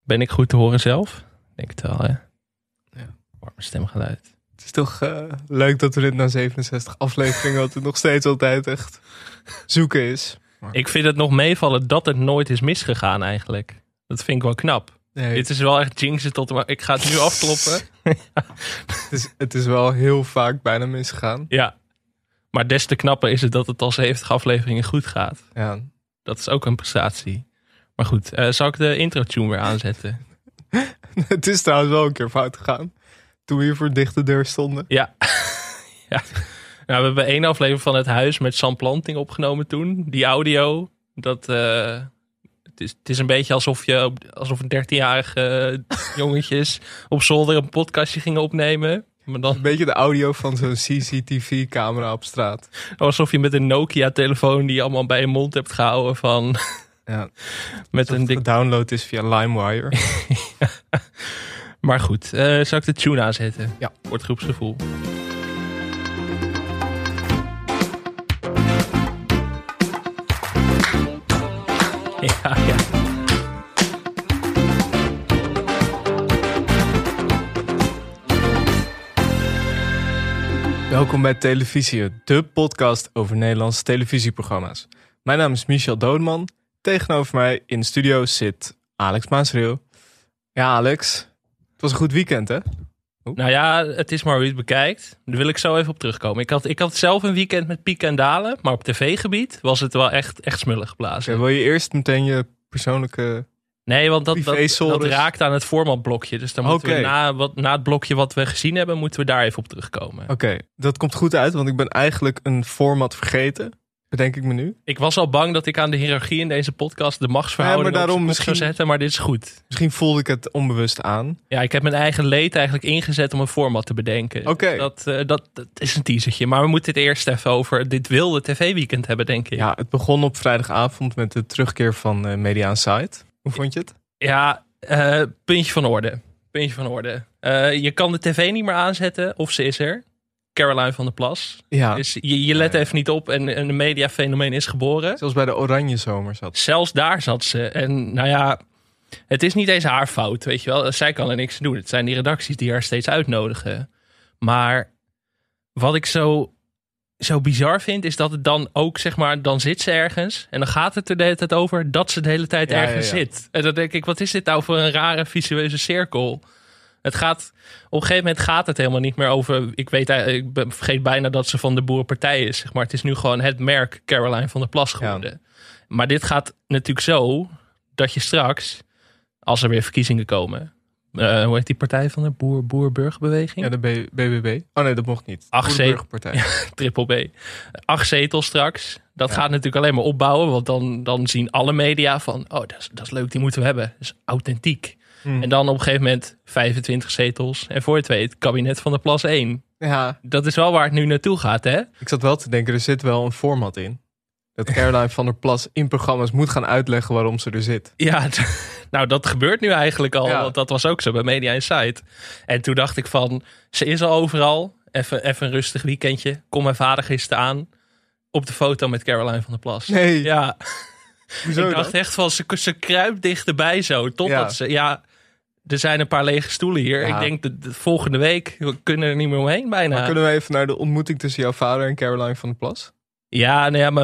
Ben ik goed te horen zelf? Ik denk het wel, hè? Ja. Warme stemgeluid. Het is toch leuk dat we dit na 67 afleveringen... dat het nog steeds altijd echt zoeken is. Maar... Ik vind het nog meevallen dat het nooit is misgegaan eigenlijk. Dat vind ik wel knap. Nee, Dit is wel echt jinxen tot... Maar ik ga het nu afkloppen. het is wel heel vaak bijna misgegaan. Ja. Maar des te knapper is het dat het al 70 afleveringen goed gaat. Ja. Dat is ook een prestatie. Maar goed, zal ik de intro-tune weer aanzetten? Het is trouwens wel een keer fout gegaan. Toen we hier voor dichte deur stonden. Ja. Ja. Nou, we hebben 1 aflevering van Het Huis met Sam Planting opgenomen toen. Die audio, dat... Het is een beetje alsof een 13-jarige jongetjes op zolder een podcastje gingen opnemen. Maar dan Een beetje de audio van zo'n CCTV-camera op straat. alsof je met een Nokia-telefoon die je allemaal bij je mond hebt gehouden van... Ja. met een dik... gedownload is via LimeWire. Maar goed, zal ik de tune aanzetten? Ja. Voor het groepsgevoel. Ja. Welkom bij Televisie, de podcast over Nederlandse televisieprogramma's. Mijn naam is Michel Dodeman. Tegenover mij in de studio zit Alex Maasreel. Ja, Alex, het was een goed weekend, hè? Nou ja, het is maar hoe je het bekijkt. Daar wil ik zo even op terugkomen. Ik had zelf een weekend met pieken en dalen. Maar op tv-gebied was het wel echt smullig geblazen. Wil je eerst meteen je persoonlijke... Nee, want dat privé-sores? raakt aan het formatblokje. Dus dan moeten we na het blokje wat we gezien hebben... moeten we daar even op terugkomen. Oké, dat komt goed uit, want ik ben eigenlijk een format vergeten. Bedenk ik me nu. Ik was al bang dat ik aan de hiërarchie in deze podcast... de machtsverhouding maar daarom op zou zetten. Maar dit is goed. Misschien voelde ik het onbewust aan. Ja, ik heb mijn eigen leed eigenlijk ingezet om een format te bedenken. Oké. Dat is een teasertje. Maar we moeten het eerst even over dit wilde tv-weekend hebben, denk ik. Ja, het begon op vrijdagavond met de terugkeer van Media Insight. Hoe vond je het? Ja, puntje van orde. Je kan de tv niet meer aanzetten, of ze is er. Caroline van der Plas. Ja. Dus je let even niet op en een mediafenomeen is geboren. Zoals bij de Oranje Zomer zat. Zelfs daar zat ze. En nou ja, het is niet eens haar fout, weet je wel. Zij kan er niks aan doen. Het zijn die redacties die haar steeds uitnodigen. Maar wat ik zo bizar vind, is dat het dan ook, zeg maar, dan zit ze ergens. En dan gaat het er de hele tijd over dat ze de hele tijd ergens zit. En dan denk ik, wat is dit nou voor een rare visueuze cirkel? Op een gegeven moment gaat het helemaal niet meer over... Ik vergeet bijna dat ze van de Boerenpartij is, zeg maar. Het is nu gewoon het merk Caroline van der Plas geworden. Ja. Maar dit gaat natuurlijk zo dat je straks, als er weer verkiezingen komen... hoe heet die partij van de Boer-Burgerbeweging? Ja, de BBB. Oh nee, dat mocht niet. 8 Boer-Burgerpartij. Ja, triple B. 8 zetels straks. Dat gaat natuurlijk alleen maar opbouwen. Want dan zien alle media van... Oh, dat is leuk, die moeten we hebben. Dat is authentiek. En dan op een gegeven moment 25 zetels. En voor je het weet, kabinet van de Plas 1. Ja. Dat is wel waar het nu naartoe gaat, hè? Ik zat wel te denken, er zit wel een format in. Dat Caroline van der Plas in programma's moet gaan uitleggen waarom ze er zit. Ja, nou dat gebeurt nu eigenlijk al. Ja. Want dat was ook zo bij Media Insight. En toen dacht ik van, ze is al overal. Even een rustig weekendje. Kom mijn vader gisteren aan. Op de foto met Caroline van der Plas. Nee. Ja. Hoezo Ik dacht dan? echt van, ze kruipt dichterbij zo. Totdat ze, er zijn een paar lege stoelen hier. Ja. Ik denk dat de volgende week, we kunnen er niet meer omheen bijna. Maar kunnen we even naar de ontmoeting tussen jouw vader en Caroline van der Plas? Ja, nou ja, mijn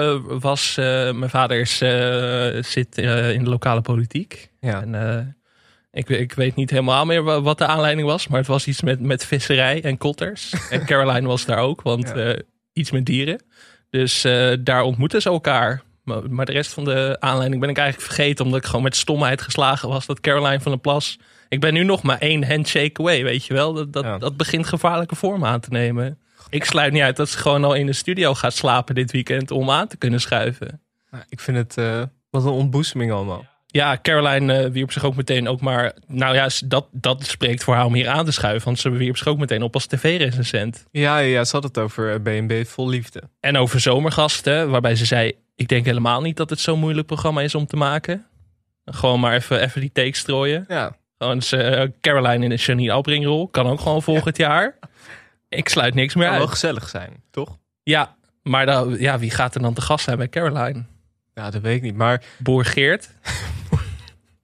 vader zit in de lokale politiek. Ja. En ik weet niet helemaal meer wat de aanleiding was. Maar het was iets met visserij en kotters. En Caroline was daar ook, want iets met dieren. Dus daar ontmoeten ze elkaar. Maar de rest van de aanleiding ben ik eigenlijk vergeten. Omdat ik gewoon met stomheid geslagen was dat Caroline van der Plas... Ik ben nu nog maar 1 handshake away, weet je wel. Dat begint gevaarlijke vormen aan te nemen. Ik sluit niet uit dat ze gewoon al in de studio gaat slapen dit weekend om aan te kunnen schuiven. Nou, ik vind het wat een ontboezeming allemaal. Ja, Caroline wierp zich ook meteen ook maar... Nou ja, dat spreekt voor haar om hier aan te schuiven. Want ze wierp zich ook meteen op als tv-recensent. Ja, ze had het over B&B Vol Liefde. En over zomergasten, waarbij ze zei... Ik denk helemaal niet dat het zo'n moeilijk programma is om te maken. Gewoon maar even die takes strooien. Ja. Gewoon Caroline in een Janine Albring-rol. Kan ook gewoon volgend jaar. Ik sluit niks meer Kan uit. wel gezellig zijn, toch? Ja, maar wie gaat er dan te gast zijn bij Caroline? Ja, dat weet ik niet, maar... Boer Geert?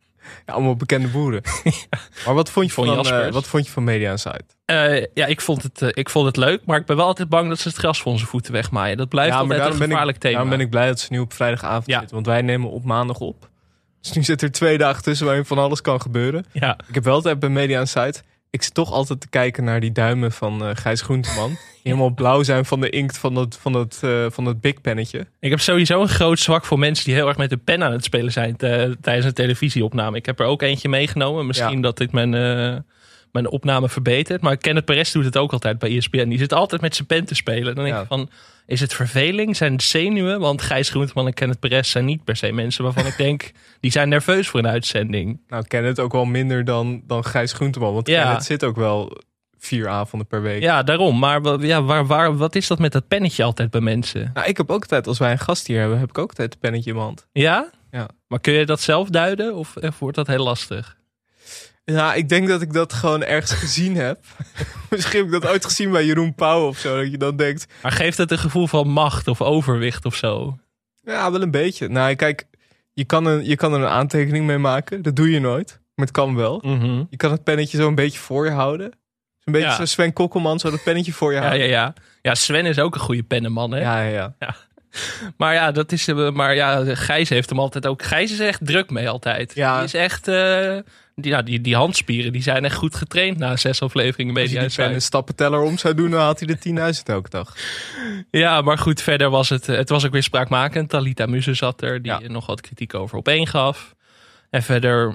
Ja, allemaal bekende boeren. Maar wat vond je Jaspers. wat vond je van Media Insight? Ja, ik vond het leuk. Maar ik ben wel altijd bang dat ze het gras voor onze voeten wegmaaien. Dat blijft altijd een gevaarlijk thema. Daarom ben ik blij dat ze nu op vrijdagavond Ja. zitten. Want wij nemen op maandag op. Dus nu zit er 2 dagen tussen waarin van alles kan gebeuren. Ja. Ik heb wel altijd bij Media Insight. Ik zit toch altijd te kijken naar die duimen van Gijs Groenteman. Die helemaal blauw zijn van de inkt van het Big Pennetje. Ik heb sowieso een groot zwak voor mensen die heel erg met de pen aan het spelen zijn tijdens een televisieopname. Ik heb er ook eentje meegenomen. Misschien dat dit mijn opname verbetert. Maar Kenneth Perez doet het ook altijd bij ESPN. Die zit altijd met zijn pen te spelen. Dan denk ik van, is het verveling? Zijn het zenuwen? Want Gijs Groenteman en Kenneth Perez zijn niet per se mensen waarvan ik denk, die zijn nerveus voor een uitzending. Nou, Kenneth ook wel minder dan Gijs Groenteman. Want Kenneth zit ook wel 4 avonden per week. Ja, daarom. Maar wat is dat met dat pennetje altijd bij mensen? Nou, ik heb ook altijd, als wij een gast hier hebben, heb ik ook altijd een pennetje in mijn hand. Ja? Ja. Maar kun je dat zelf duiden? Of wordt dat heel lastig? Ja, ik denk dat ik dat gewoon ergens gezien heb. Misschien heb ik dat ooit gezien bij Jeroen Pauw of zo. Dat je dan denkt... Maar geeft het een gevoel van macht of overwicht of zo? Ja, wel een beetje. Nou, kijk, je kan er een aantekening mee maken. Dat doe je nooit. Maar het kan wel. Mm-hmm. Je kan het pennetje zo een beetje voor je houden. Zo'n beetje zo Sven Kokkelman, zo dat pennetje voor je houden. Ja, Sven is ook een goede pennenman, hè? Ja. Maar ja, Gijs heeft hem altijd ook. Gijs is er echt druk mee altijd. Ja. Die is echt... Die handspieren die zijn echt goed getraind na 6 afleveringen Als je Media die pen een Insight. stappenteller om zou doen, dan had hij de 10.000 elke dag. Ja, maar goed, verder was het was ook weer spraakmakend. Talita Musse zat er, die nog wat kritiek over op 1 gaf. En verder,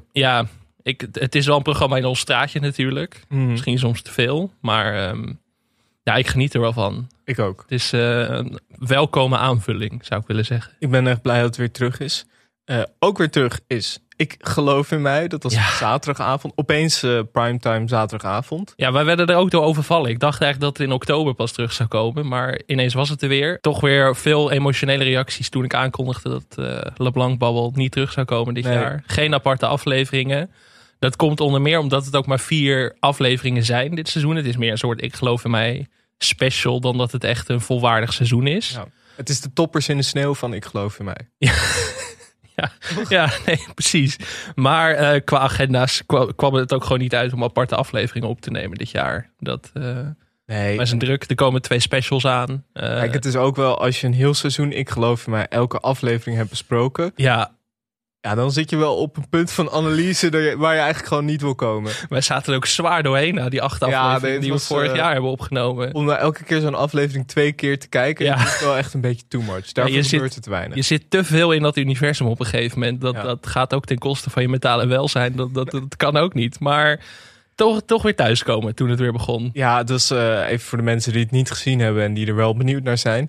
het is wel een programma in ons straatje natuurlijk. Misschien soms te veel, maar ik geniet er wel van. Ik ook. Het is een welkome aanvulling, zou ik willen zeggen. Ik ben echt blij dat het weer terug is. Ook weer terug is Ik geloof in mij. Dat was zaterdagavond. Opeens primetime zaterdagavond. Ja, wij werden er ook door overvallen. Ik dacht eigenlijk dat het in oktober pas terug zou komen. Maar ineens was het er weer. Toch weer veel emotionele reacties toen ik aankondigde dat LeBlanc Babbel niet terug zou komen dit jaar. Geen aparte afleveringen. Dat komt onder meer omdat het ook maar 4 afleveringen zijn dit seizoen. Het is meer een soort ik geloof in mij special dan dat het echt een volwaardig seizoen is. Ja. Het is de toppers in de sneeuw van ik geloof in mij. Ja, nee, precies. Maar qua agenda's kwam het ook gewoon niet uit om aparte afleveringen op te nemen dit jaar. Nee. Wij zijn druk. Er komen 2 specials aan. Kijk, het is ook wel als je een heel seizoen ik geloof in mij elke aflevering hebt besproken. Ja, dan zit je wel op een punt van analyse waar je eigenlijk gewoon niet wil komen. Wij zaten er ook zwaar doorheen na die 8 afleveringen die we vorig jaar hebben opgenomen. Om nou elke keer zo'n aflevering 2 keer te kijken, is wel echt een beetje too much. Daarvoor gebeurt het weinig. Je zit te veel in dat universum op een gegeven moment. Dat gaat ook ten koste van je mentale welzijn. Dat kan ook niet. Maar toch weer thuiskomen toen het weer begon. Ja, dus even voor de mensen die het niet gezien hebben en die er wel benieuwd naar zijn.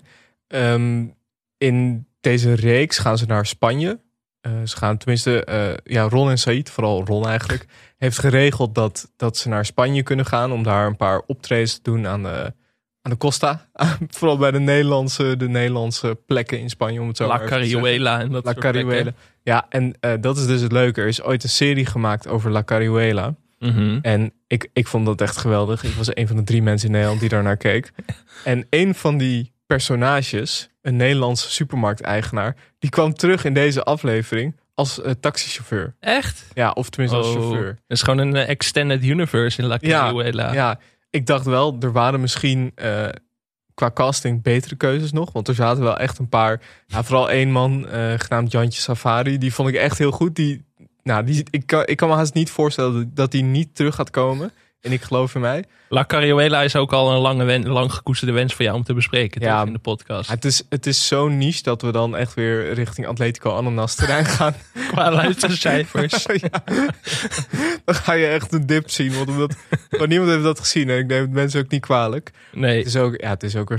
In deze reeks gaan ze naar Spanje. Ze gaan tenminste, Ron en Said, vooral Ron eigenlijk, heeft geregeld dat ze naar Spanje kunnen gaan om daar een paar optredens te doen aan de Costa. Vooral bij de Nederlandse plekken in Spanje, om het zo La maar even te zeggen. Carihuela en dat La soort Carihuela. plekken. Ja, en dat is dus het leuke. Er is ooit een serie gemaakt over La Carihuela. Mm-hmm. En ik vond dat echt geweldig. Ik was een van de 3 mensen in Nederland die daar naar keek. En een van die personages, een Nederlandse supermarkteigenaar, die kwam terug in deze aflevering als taxichauffeur. Echt? Ja, of tenminste als chauffeur. Het is gewoon een extended universe in La Carihuela. Ja, ik dacht wel, er waren misschien qua casting betere keuzes nog. Want er zaten wel echt een paar, vooral 1 man genaamd Jantje Safari. Die vond ik echt heel goed. Ik kan me haast niet voorstellen dat die niet terug gaat komen. En ik geloof in mij. La Carihuela is ook al een lang gekoesterde wens voor jou om te bespreken toch, in de podcast. Het is zo niche dat we dan echt weer richting Atletico Ananas terrein gaan. Qua luistercijfers. Dan ga je echt een dip zien. Want niemand heeft dat gezien. En ik neem het mensen ook niet kwalijk. Nee. Het is ook weer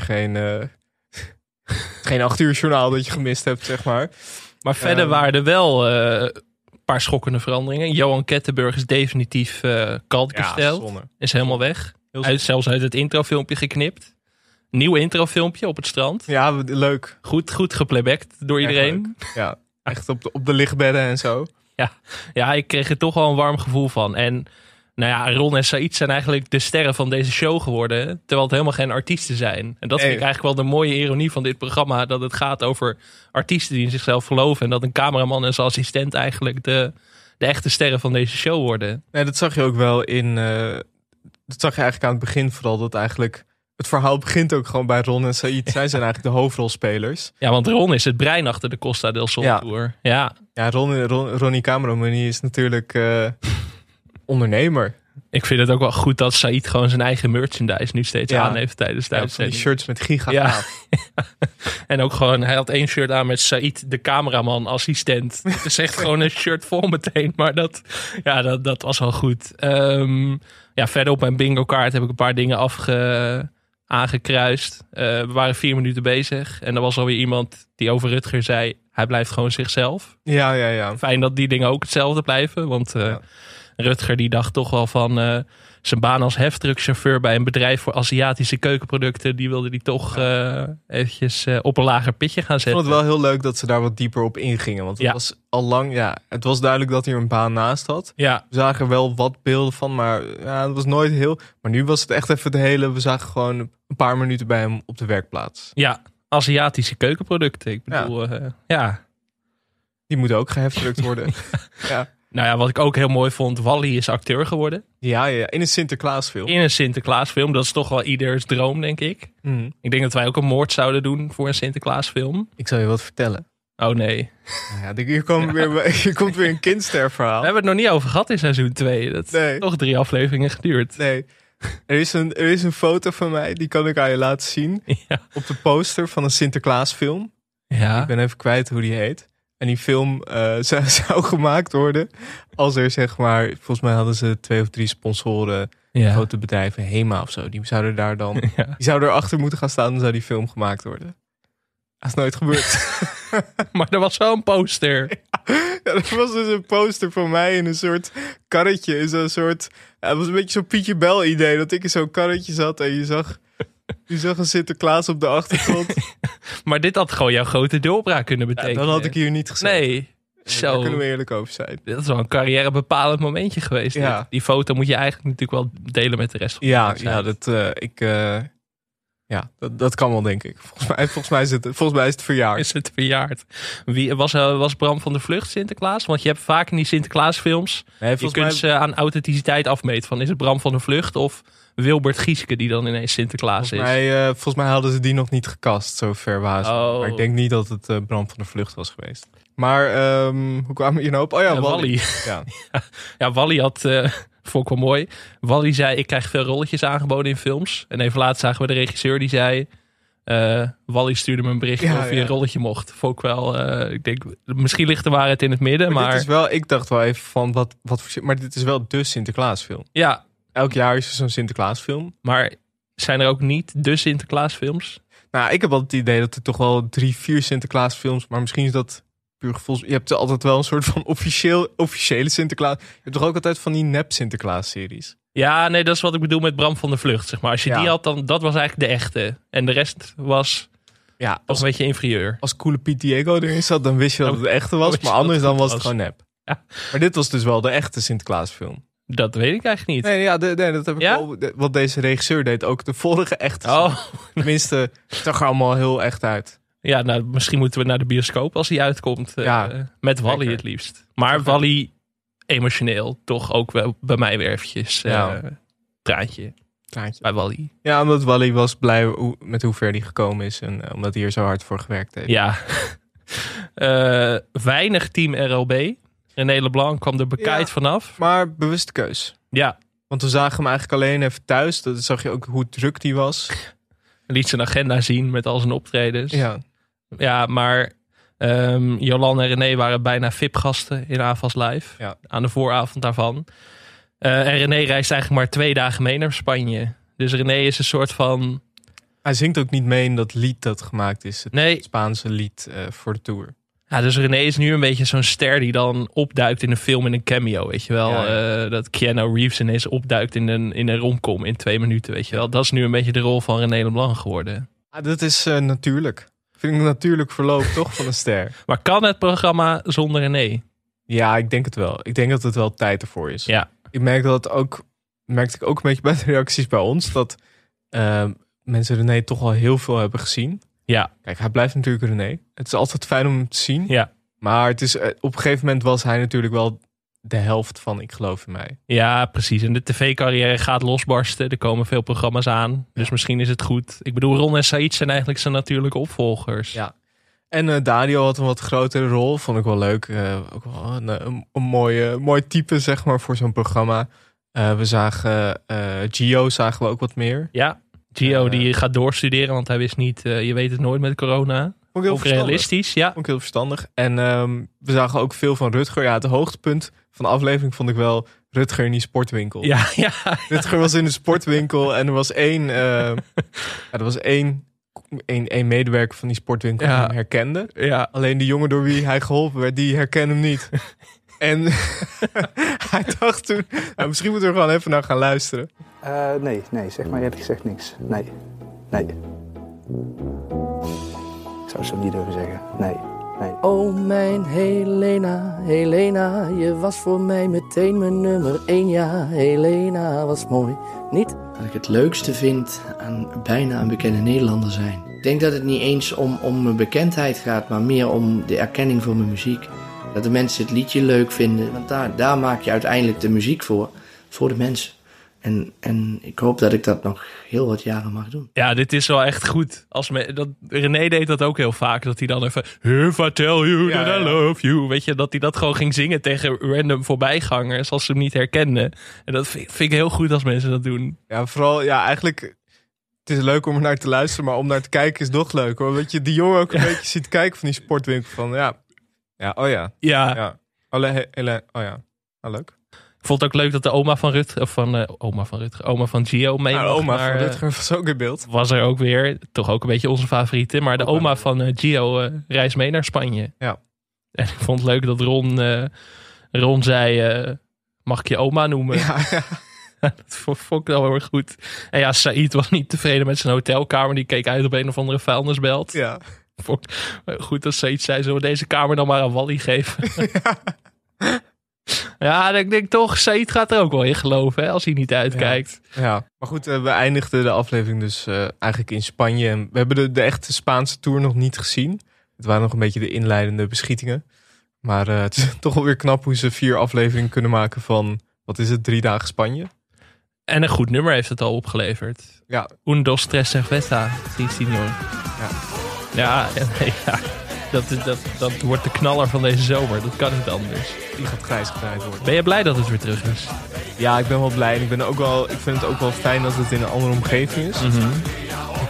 geen 8 uur journaal dat je gemist hebt, zeg maar. Maar verder waren er wel een paar schokkende veranderingen. Johan Kettenburg is definitief kalt gesteld. Is helemaal weg. Zelfs uit het introfilmpje geknipt. Nieuw introfilmpje op het strand. Ja, leuk. Goed geplaybacked door iedereen. Ja, echt op de lichtbedden en zo. Ja, ik kreeg er toch wel een warm gevoel van. En Ron en Said zijn eigenlijk de sterren van deze show geworden. Terwijl het helemaal geen artiesten zijn. En dat vind ik eigenlijk wel de mooie ironie van dit programma. Dat het gaat over artiesten die in zichzelf geloven. En dat een cameraman en zijn assistent eigenlijk de echte sterren van deze show worden. Nee, dat zag je ook wel in... dat zag je eigenlijk aan het begin vooral. Dat eigenlijk het verhaal begint ook gewoon bij Ron en Saïd. Zij zijn eigenlijk de hoofdrolspelers. Ja, want Ron is het brein achter de Costa del Sol Tour. Ja, Ronnie Cameroni is natuurlijk ondernemer. ik vind het ook wel goed dat Saïd gewoon zijn eigen merchandise nu steeds aan heeft tijdens de Die uitzending. shirts met giga. Ja. En ook gewoon, hij had 1 shirt aan met Saïd, de cameraman, assistent. Het is echt gewoon een shirt vol meteen. Maar dat was wel goed. Verder op mijn bingo kaart heb ik een paar dingen aangekruist. We waren 4 minuten bezig. En er was alweer iemand die over Rutger zei, hij blijft gewoon zichzelf. Ja. Fijn dat die dingen ook hetzelfde blijven. Want Rutger die dacht toch wel van zijn baan als heftruckchauffeur bij een bedrijf voor Aziatische keukenproducten. Die wilde die toch eventjes op een lager pitje gaan zetten. Ik vond het wel heel leuk dat ze daar wat dieper op ingingen. Want het was al lang, het was duidelijk dat hij er een baan naast had. Ja. We zagen er wel wat beelden van, maar het was nooit heel... Maar nu was het echt even het hele... We zagen gewoon een paar minuten bij hem op de werkplaats. Ja, Aziatische keukenproducten. Ik bedoel, Die moeten ook geheftruckt worden. Ja. Nou ja, wat ik ook heel mooi vond, Wally is acteur geworden. Ja, in een Sinterklaasfilm. In een Sinterklaasfilm. Dat is toch wel ieders droom, denk ik. Mm. Ik denk dat wij ook een moord zouden doen voor een Sinterklaasfilm. Ik zal je wat vertellen. Oh nee. Hier komt weer een kindsterverhaal. We hebben het nog niet over gehad in seizoen 2. Dat heeft toch 3 afleveringen geduurd. Nee. Er is een foto van mij, die kan ik aan je laten zien. Ja. Op de poster van een Sinterklaasfilm. Ja. Ik ben even kwijt hoe die heet. En die film zou gemaakt worden als er zeg maar... Volgens mij hadden ze 2 of 3 sponsoren, grote bedrijven, Hema of zo. Die zouden daar dan... Die zouden erachter moeten gaan staan en zou die film gemaakt worden. Dat is nooit gebeurd. Maar er was wel een poster. Ja, er was dus een poster van mij in een soort karretje. In zo'n soort... het was een beetje zo'n Pietje Bel idee. Dat ik in zo'n karretje zat en je zag een Sinterklaas op de achtergrond. Maar dit had gewoon jouw grote doorbraak kunnen betekenen. Dan had ik hier niet gezegd. Nee. Zo. Daar kunnen we eerlijk over zijn. Dat is wel een carrièrebepalend momentje geweest. Ja. Die foto moet je eigenlijk natuurlijk wel delen met de rest van de website. Dat kan wel, denk ik. Volgens mij is het verjaard. Is het verjaard. Wie was Bram van der Vlucht Sinterklaas? Want je hebt vaak in die Sinterklaasfilms... je kunt ze aan authenticiteit afmeten. Van is het Bram van der Vlucht of Wilbert Gieske die dan ineens Sinterklaas is? Volgens mij hadden ze die nog niet gecast. Zo ver waren ze. Oh. Maar ik denk niet dat het Bram van der Vlucht was geweest. Maar hoe kwamen we hier nou op? Oh ja, Wally. Ja, Wally had... vond ik wel mooi. Wally zei, ik krijg veel rolletjes aangeboden in films. En even later zagen we de regisseur die zei... Wally stuurde me een bericht of je een rolletje mocht. Vond ik wel... ik denk, misschien ligt de waarheid in het midden, maar... Dit is wel, ik dacht wel even van, wat voor... Maar dit is wel de Sinterklaasfilm. Ja. Elk jaar is er zo'n Sinterklaasfilm. Maar zijn er ook niet de Sinterklaasfilms? Nou, ik heb wel het idee dat er toch wel 3-4 Sinterklaasfilms... Maar misschien is dat... puur gevoels. Je hebt altijd wel een soort van officiële Sinterklaas. Je hebt toch ook altijd van die nep Sinterklaas-series? Ja, nee, dat is wat ik bedoel met Bram van der Vlucht, zeg maar. Als je die had, dan dat was eigenlijk de echte. En de rest was toch een beetje inferieur. Als coole Piet Diego erin zat, dan wist je dat het de echte was. Maar anders dan was het gewoon nep. Ja. Maar dit was dus wel de echte Sinterklaasfilm. Dat weet ik eigenlijk niet. Nee, dat heb ik wel. Wat deze regisseur deed, ook de vorige echte. Oh. Tenminste, het zag er allemaal heel echt uit. Ja, nou, misschien moeten we naar de bioscoop als hij uitkomt. Met Wally zeker. Het liefst. Maar Wally, emotioneel, toch ook wel bij mij weer eventjes traantje bij Wally. Ja, omdat Wally was blij met hoe ver hij gekomen is. En omdat hij er zo hard voor gewerkt heeft. Ja. Weinig team RLB. René Leblanc kwam er bekaaid vanaf. Maar bewuste keus. Ja. Want we zagen hem eigenlijk alleen even thuis. Dan zag je ook hoe druk die was. Liet zijn agenda zien met al zijn optredens. Ja, maar Jolan en René waren bijna VIP-gasten in AFAS Live. Ja. Aan de vooravond daarvan. En René reist eigenlijk maar 2 dagen mee naar Spanje. Dus René is een soort van... Hij zingt ook niet mee in dat lied dat gemaakt is. Het Spaanse lied voor de tour. Ja, dus René is nu een beetje zo'n ster die dan opduikt in een film in een cameo, weet je wel. Ja. Dat Keanu Reeves ineens opduikt in een romcom in 2 minuten, weet je wel. Dat is nu een beetje de rol van René Leblanc geworden. Dat is natuurlijk. Vind ik een natuurlijk verloop toch van een ster. Maar kan het programma zonder René? Ja, ik denk het wel. Ik denk dat het wel tijd ervoor is. Ja. Ik merkte ik ook een beetje bij de reacties bij ons, dat mensen René toch al heel veel hebben gezien. Ja. Kijk, hij blijft natuurlijk René. Het is altijd fijn om hem te zien. Ja. Maar het is, op een gegeven moment was hij natuurlijk wel de helft van Ik geloof in mij. Ja, precies. En de tv-carrière gaat losbarsten. Er komen veel programma's aan. Dus misschien is het goed. Ik bedoel, Ron en Said zijn eigenlijk zijn natuurlijke opvolgers. Ja. En Dario had een wat grotere rol. Vond ik wel leuk. Ook wel een mooi type, zeg maar, voor zo'n programma. We zagen Gio zagen we ook wat meer. Ja, Gio die gaat doorstuderen, want hij wist niet... je weet het nooit met corona. Vond ik heel Of realistisch, ja. Vond ik heel verstandig. En we zagen ook veel van Rutger. Ja, het hoogtepunt van de aflevering vond ik wel Rutger in die sportwinkel. Ja. Rutger was in de sportwinkel en er was één medewerker van die sportwinkel die hem herkende. Ja. Alleen de jongen door wie hij geholpen werd, die herkende hem niet. En hij dacht toen, misschien moeten we er gewoon even naar gaan luisteren. Nee, zeg maar eerlijk gezegd niks. Nee. Ik zou het zo niet durven zeggen. Nee. Oh mijn Helena, je was voor mij meteen mijn nummer 1. Ja, Helena was mooi, niet? Wat ik het leukste vind aan bijna een bekende Nederlander zijn. Ik denk dat het niet eens om mijn bekendheid gaat, maar meer om de erkenning voor mijn muziek. Dat de mensen het liedje leuk vinden, want daar maak je uiteindelijk de muziek voor de mensen. En ik hoop dat ik dat nog heel wat jaren mag doen. Ja, dit is wel echt goed. René deed dat ook heel vaak. Dat hij dan even... If I tell you that I love you. Weet je, dat hij dat gewoon ging zingen tegen random voorbijgangers. Als ze hem niet herkenden. En dat vind ik heel goed als mensen dat doen. Ja, vooral, eigenlijk... Het is leuk om er naar te luisteren. Maar om naar te kijken is nog leuk, hoor. Dat je die jongen ook een beetje ziet kijken van die sportwinkel. Van Ja. Leuk. Ik vond het ook leuk dat de oma van Gio mee mocht. Oma van Rutger was ook in beeld. Was er ook weer. Toch ook een beetje onze favoriete. Maar de oma van Gio reist mee naar Spanje. Ja. En ik vond het leuk dat Ron zei... mag ik je oma noemen? Ja. Dat vond ik wel heel erg goed. En ja, Said was niet tevreden met zijn hotelkamer. Die keek uit op een of andere vuilnisbelt. Ja. Vond ik goed dat Said zei... zullen we deze kamer dan maar aan Wally geven? Ja, ik denk toch, Said gaat er ook wel in geloven, hè, als hij niet uitkijkt. Ja. Maar goed, we eindigden de aflevering dus eigenlijk in Spanje. En we hebben de echte Spaanse tour nog niet gezien. Het waren nog een beetje de inleidende beschietingen. Maar het is toch wel weer knap hoe ze 4 afleveringen kunnen maken van, 3 dagen Spanje. En een goed nummer heeft het al opgeleverd. Ja. Un, dos, tres, cerveza, sí, señor. Ja. Dat wordt de knaller van deze zomer. Dat kan niet anders. Die gaat grijs gedraaid worden. Ben je blij dat het weer terug is? Ja, ik ben wel blij. En ik vind het ook wel fijn dat het in een andere omgeving is. Mm-hmm. Ik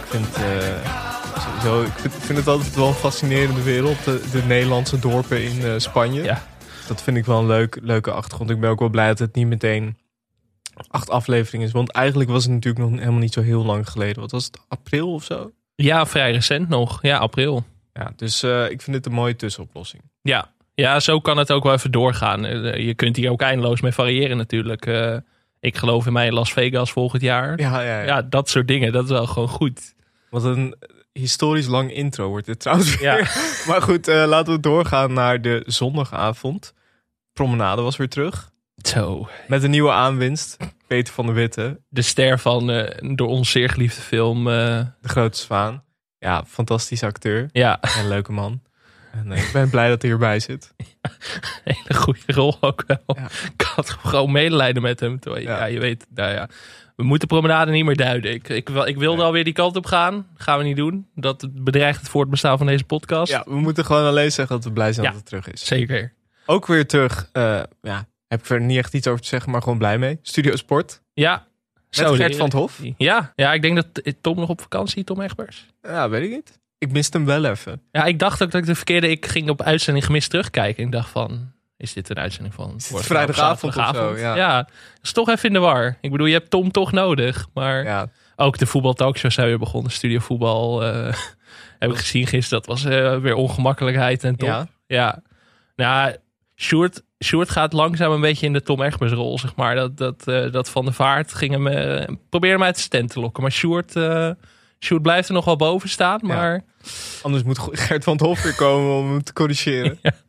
vind het altijd wel een fascinerende wereld. De Nederlandse dorpen in Spanje. Ja. Dat vind ik wel een leuke achtergrond. Ik ben ook wel blij dat het niet meteen 8 afleveringen is. Want eigenlijk was het natuurlijk nog helemaal niet zo heel lang geleden. Wat was het? April of zo? Ja, vrij recent nog. Ja, april. Ja, dus ik vind het een mooie tussenoplossing. Ja, zo kan het ook wel even doorgaan. Je kunt hier ook eindeloos mee variëren natuurlijk. Ik geloof in mij in Las Vegas volgend jaar. Ja, dat soort dingen. Dat is wel gewoon goed. Wat een historisch lang intro wordt dit trouwens weer. Ja. Maar goed, laten we doorgaan naar de zondagavond. Promenade was weer terug. Zo. Met een nieuwe aanwinst. Peter van der Witte. De ster van door ons zeer geliefde film. De Grote Zwaan. Ja, fantastische acteur. Ja. En leuke man. En ik ben blij dat hij erbij zit. Ja, hele goede rol ook wel. Ja. Ik had gewoon medelijden met hem. Ja, je weet, we moeten Promenade niet meer duiden. Ik wilde alweer die kant op gaan. Gaan we niet doen. Dat bedreigt het voortbestaan van deze podcast. Ja, we moeten gewoon alleen zeggen dat we blij zijn dat het terug is. Zeker. Ook weer terug. Heb ik verder niet echt iets over te zeggen, maar gewoon blij mee. Studio Sport. Ja. Met Gert van 't Hof. Ja, ik denk dat Tom nog op vakantie, Tom Egbers. Ja, weet ik niet. Ik miste hem wel even. Ja, ik dacht ook dat ik de verkeerde... Ik ging op uitzending gemist terugkijken. En ik dacht van, is dit een uitzending van... Vrijdagavond of zo, ja. Dat is toch even in de war. Ik bedoel, je hebt Tom toch nodig. Maar ook de voetbaltalkshows zijn weer begonnen. Studio Voetbal heb ik gezien gisteren. Dat was weer ongemakkelijkheid en top. Ja. Nou, Sjoerd gaat langzaam een beetje in de Tom Egbers rol, zeg maar. Dat Van der Vaart ging hem... probeerde hem uit de stand te lokken. Maar Sjoerd blijft er nog wel boven staan, maar... Ja. Anders moet Gert van 't Hof weer komen om hem te corrigeren. Ja.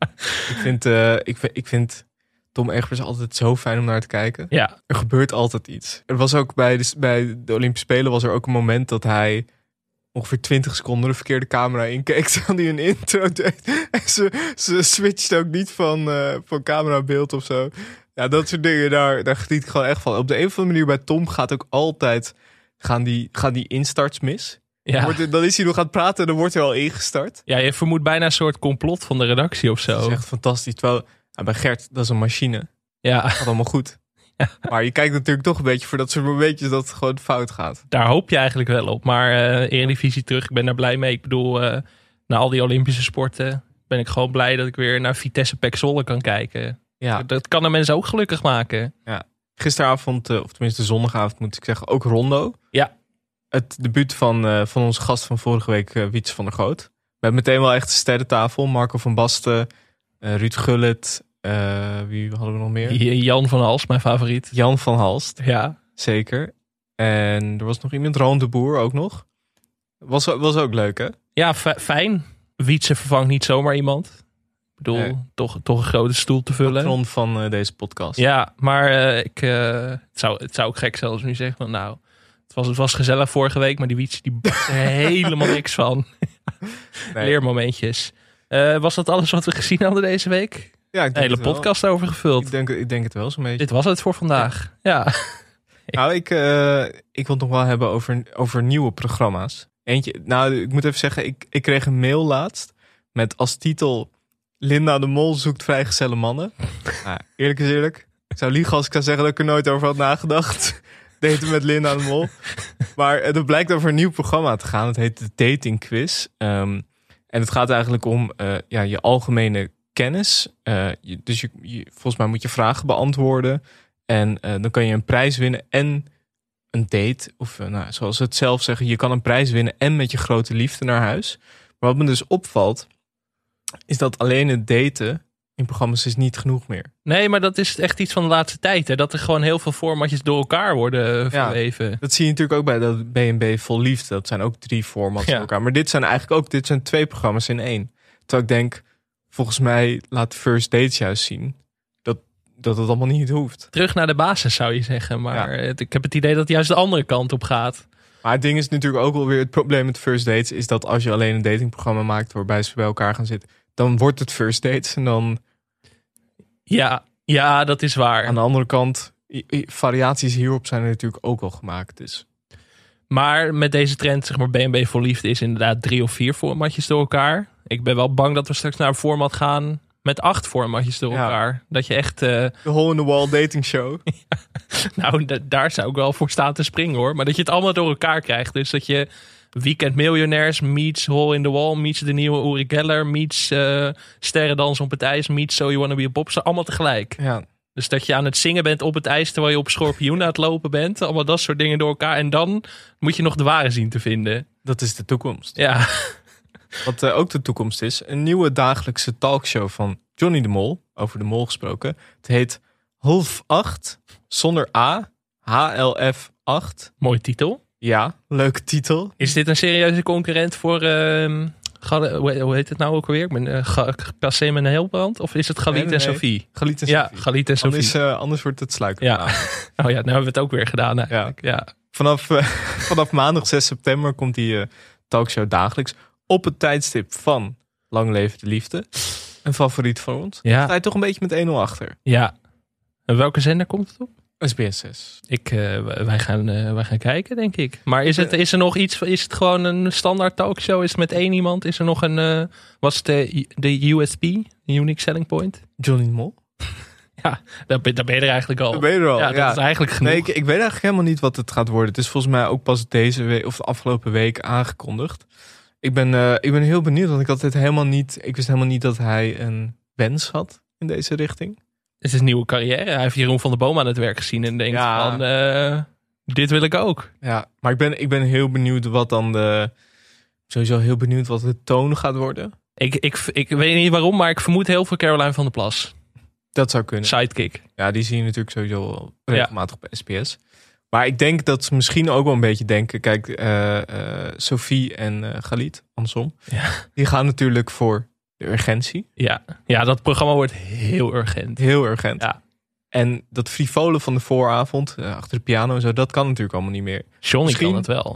Ik vind Tom Egbers altijd zo fijn om naar te kijken. Ja. Er gebeurt altijd iets. Er was ook bij de Olympische Spelen was er ook een moment dat hij ongeveer 20 seconden de verkeerde camera inkeek terwijl hij een intro deed. En ze switcht ook niet van camerabeeld of zo. Ja, dat soort dingen, daar geniet ik gewoon echt van. Op de een of andere manier bij Tom gaat ook altijd, gaan die instarts mis. Ja. Dan is hij nog aan het praten en dan wordt hij al ingestart. Ja, je vermoedt bijna een soort complot van de redactie of zo. Dat is echt fantastisch. Terwijl bij Gert, dat is een machine. Ja, Gaat allemaal goed. Ja. Maar je kijkt natuurlijk toch een beetje voor dat soort momentjes dat het gewoon fout gaat. daar hoop je eigenlijk wel op. Maar Eredivisie terug, ik ben daar blij mee. Ik bedoel, na al die Olympische sporten ben ik gewoon blij dat ik weer naar Vitesse PEC Zwolle kan kijken. Ja. Dat kan de mensen ook gelukkig maken. Gisteravond, of tenminste zondagavond moet ik zeggen, ook Rondo. Ja. Het debuut van onze gast van vorige week, Wietse van der Goot. We hebben meteen wel echt een sterrentafel. Marco van Basten, Ruud Gullit, wie hadden we nog meer? Jan van Hals, mijn favoriet. Jan van Halst, Ja. zeker. En er was nog iemand, Ron de Boer ook nog. Was ook leuk, hè? Ja, fijn. Wietse vervangt niet zomaar iemand. Ik bedoel, Nee. toch een grote stoel te vullen. Patron van deze podcast. Ja, maar het zou ook gek zijn als we nu zeggen van nou, het was gezellig vorige week, maar die Wietse die bakte helemaal niks van. Nee. Leermomentjes. Was dat alles wat we gezien hadden deze week? Ja, ik Een denk hele het wel. podcast over gevuld. Ik denk het wel zo'n beetje. Dit was het voor vandaag. Ja. Nou, ik wil het nog wel hebben over nieuwe programma's. Eentje, nou, ik moet even zeggen, ik kreeg een mail laatst met als titel Linda de Mol zoekt vrijgezelle mannen. Nou, eerlijk is eerlijk. Ik zou liegen als ik zou zeggen dat ik er nooit over had nagedacht. Daten met Linda de Mol. Maar het blijkt over een nieuw programma te gaan. Het heet de Dating Quiz. En het gaat eigenlijk om je algemene kennis. Dus volgens mij moet je vragen beantwoorden. En dan kan je een prijs winnen en een date. Of zoals ze het zelf zeggen, je kan een prijs winnen en met je grote liefde naar huis. Maar wat me dus opvalt, is dat alleen het daten in programma's is niet genoeg meer. Nee, maar dat is echt iets van de laatste tijd. Hè? Dat er gewoon heel veel formatjes door elkaar worden verweven. Dat zie je natuurlijk ook bij dat B&B Vol Liefde. Dat zijn ook 3 formats door elkaar. Maar dit zijn eigenlijk ook 2 programma's in 1. Terwijl ik denk, volgens mij laat First Dates juist zien dat het allemaal niet hoeft. Terug naar de basis zou je zeggen. Maar ik heb het idee dat het juist de andere kant op gaat. Maar het ding is natuurlijk ook wel weer het probleem met First Dates is dat als je alleen een datingprogramma maakt waarbij ze bij elkaar gaan zitten, dan wordt het First Dates en dan Ja, dat is waar. aan de andere kant variaties hierop zijn er natuurlijk ook al gemaakt. Dus. Maar met deze trend, zeg maar, B&B voor Liefde is inderdaad 3 of 4 formatjes door elkaar. Ik ben wel bang dat we straks naar een format gaan met 8 formatjes door elkaar. Dat je echt... De hole in the wall dating show. Nou, daar zou ik wel voor staan te springen hoor. Maar dat je het allemaal door elkaar krijgt. Dus dat je Weekend Miljonairs meets Hole in the Wall, meets de nieuwe Uri Geller, meets Sterrendans op het ijs, meets So You Wanna Be a Popstar. Allemaal tegelijk. Ja. Dus dat je aan het zingen bent op het ijs terwijl je op schorpioen aan het lopen bent. Allemaal dat soort dingen door elkaar. En dan moet je nog de ware zien te vinden. Dat is de toekomst. Ja. Wat ook de toekomst is, een nieuwe dagelijkse talkshow van Johnny de Mol, over de Mol gesproken. Het heet 7:30, zonder A, HLF 8. Mooi titel. Ja, leuke titel. Is dit een serieuze concurrent voor... hoe heet het nou ook alweer? Ik ben Kassem en Heelbrand? Of is het Galit en Nee. Sophie? Galit en Ja, Sophie. Galit en Sophie. Anders wordt het sluiken. Ja. Oh ja, nou hebben we het ook weer gedaan eigenlijk. Ja. Vanaf maandag 6 september komt die talkshow dagelijks op het tijdstip van Lang Leven de Liefde. Een favoriet van ons. Ja. Sta je toch een beetje met 1-0 achter. Ja. En welke zender komt het op? SBS 6. Wij gaan kijken, denk ik. Maar is er nog iets? Is het gewoon een standaard talkshow? Is het met 1 iemand? Is er nog een... wat is de USP? Unique Selling Point? Johnny de Mol? Ja, daar ben je er eigenlijk al. Daar ben je er al. Ja, dat is eigenlijk genoeg. Nee, ik weet eigenlijk helemaal niet wat het gaat worden. Het is volgens mij ook pas deze week of de afgelopen week aangekondigd. Ik ben heel benieuwd, want ik wist helemaal niet dat hij een wens had in deze richting. Het is een nieuwe carrière. Hij heeft Jeroen van der Boom aan het werk gezien en denkt van, dit wil ik ook. Ja, maar ik ben heel benieuwd wat dan sowieso heel benieuwd wat de toon gaat worden. Ik weet niet waarom, maar ik vermoed heel veel Caroline van der Plas. Dat zou kunnen. Sidekick. Ja, die zie je natuurlijk sowieso wel regelmatig bij SBS. Maar ik denk dat ze misschien ook wel een beetje denken, kijk, Sophie en Galit, andersom, die gaan natuurlijk voor de urgentie. Ja, dat programma wordt heel urgent. Heel urgent. Ja. En dat frivole van de vooravond, achter de piano en zo, dat kan natuurlijk allemaal niet meer. Johnny Misschien kan het wel.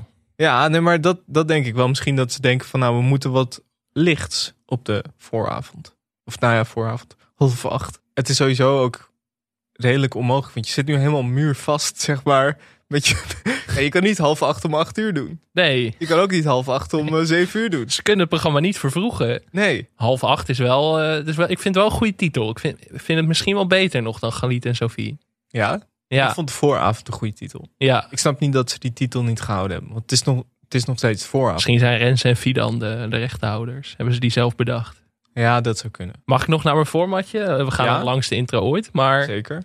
Ja, nee, maar dat denk ik wel. Misschien dat ze denken van we moeten wat lichts op de vooravond. Of vooravond, 7:30. Het is sowieso ook redelijk onmogelijk, want je zit nu helemaal muurvast, zeg maar. Je kan niet 7:30 om 8:00 doen. Nee. Je kan ook niet 7:30 om 7:00 doen. Ze kunnen het programma niet vervroegen. Nee. 7:30 is wel, ik vind het wel een goede titel. Ik vind het misschien wel beter nog dan Galit en Sophie. Ja? Ja. Ik vond de vooravond een goede titel. Ja. Ik snap niet dat ze die titel niet gehouden hebben. Want het is nog steeds vooravond. Misschien zijn Rens en Fidan de rechtenhouders. Hebben ze die zelf bedacht. Ja, dat zou kunnen. Mag ik nog naar mijn formatje? We gaan de langste intro ooit. Maar zeker.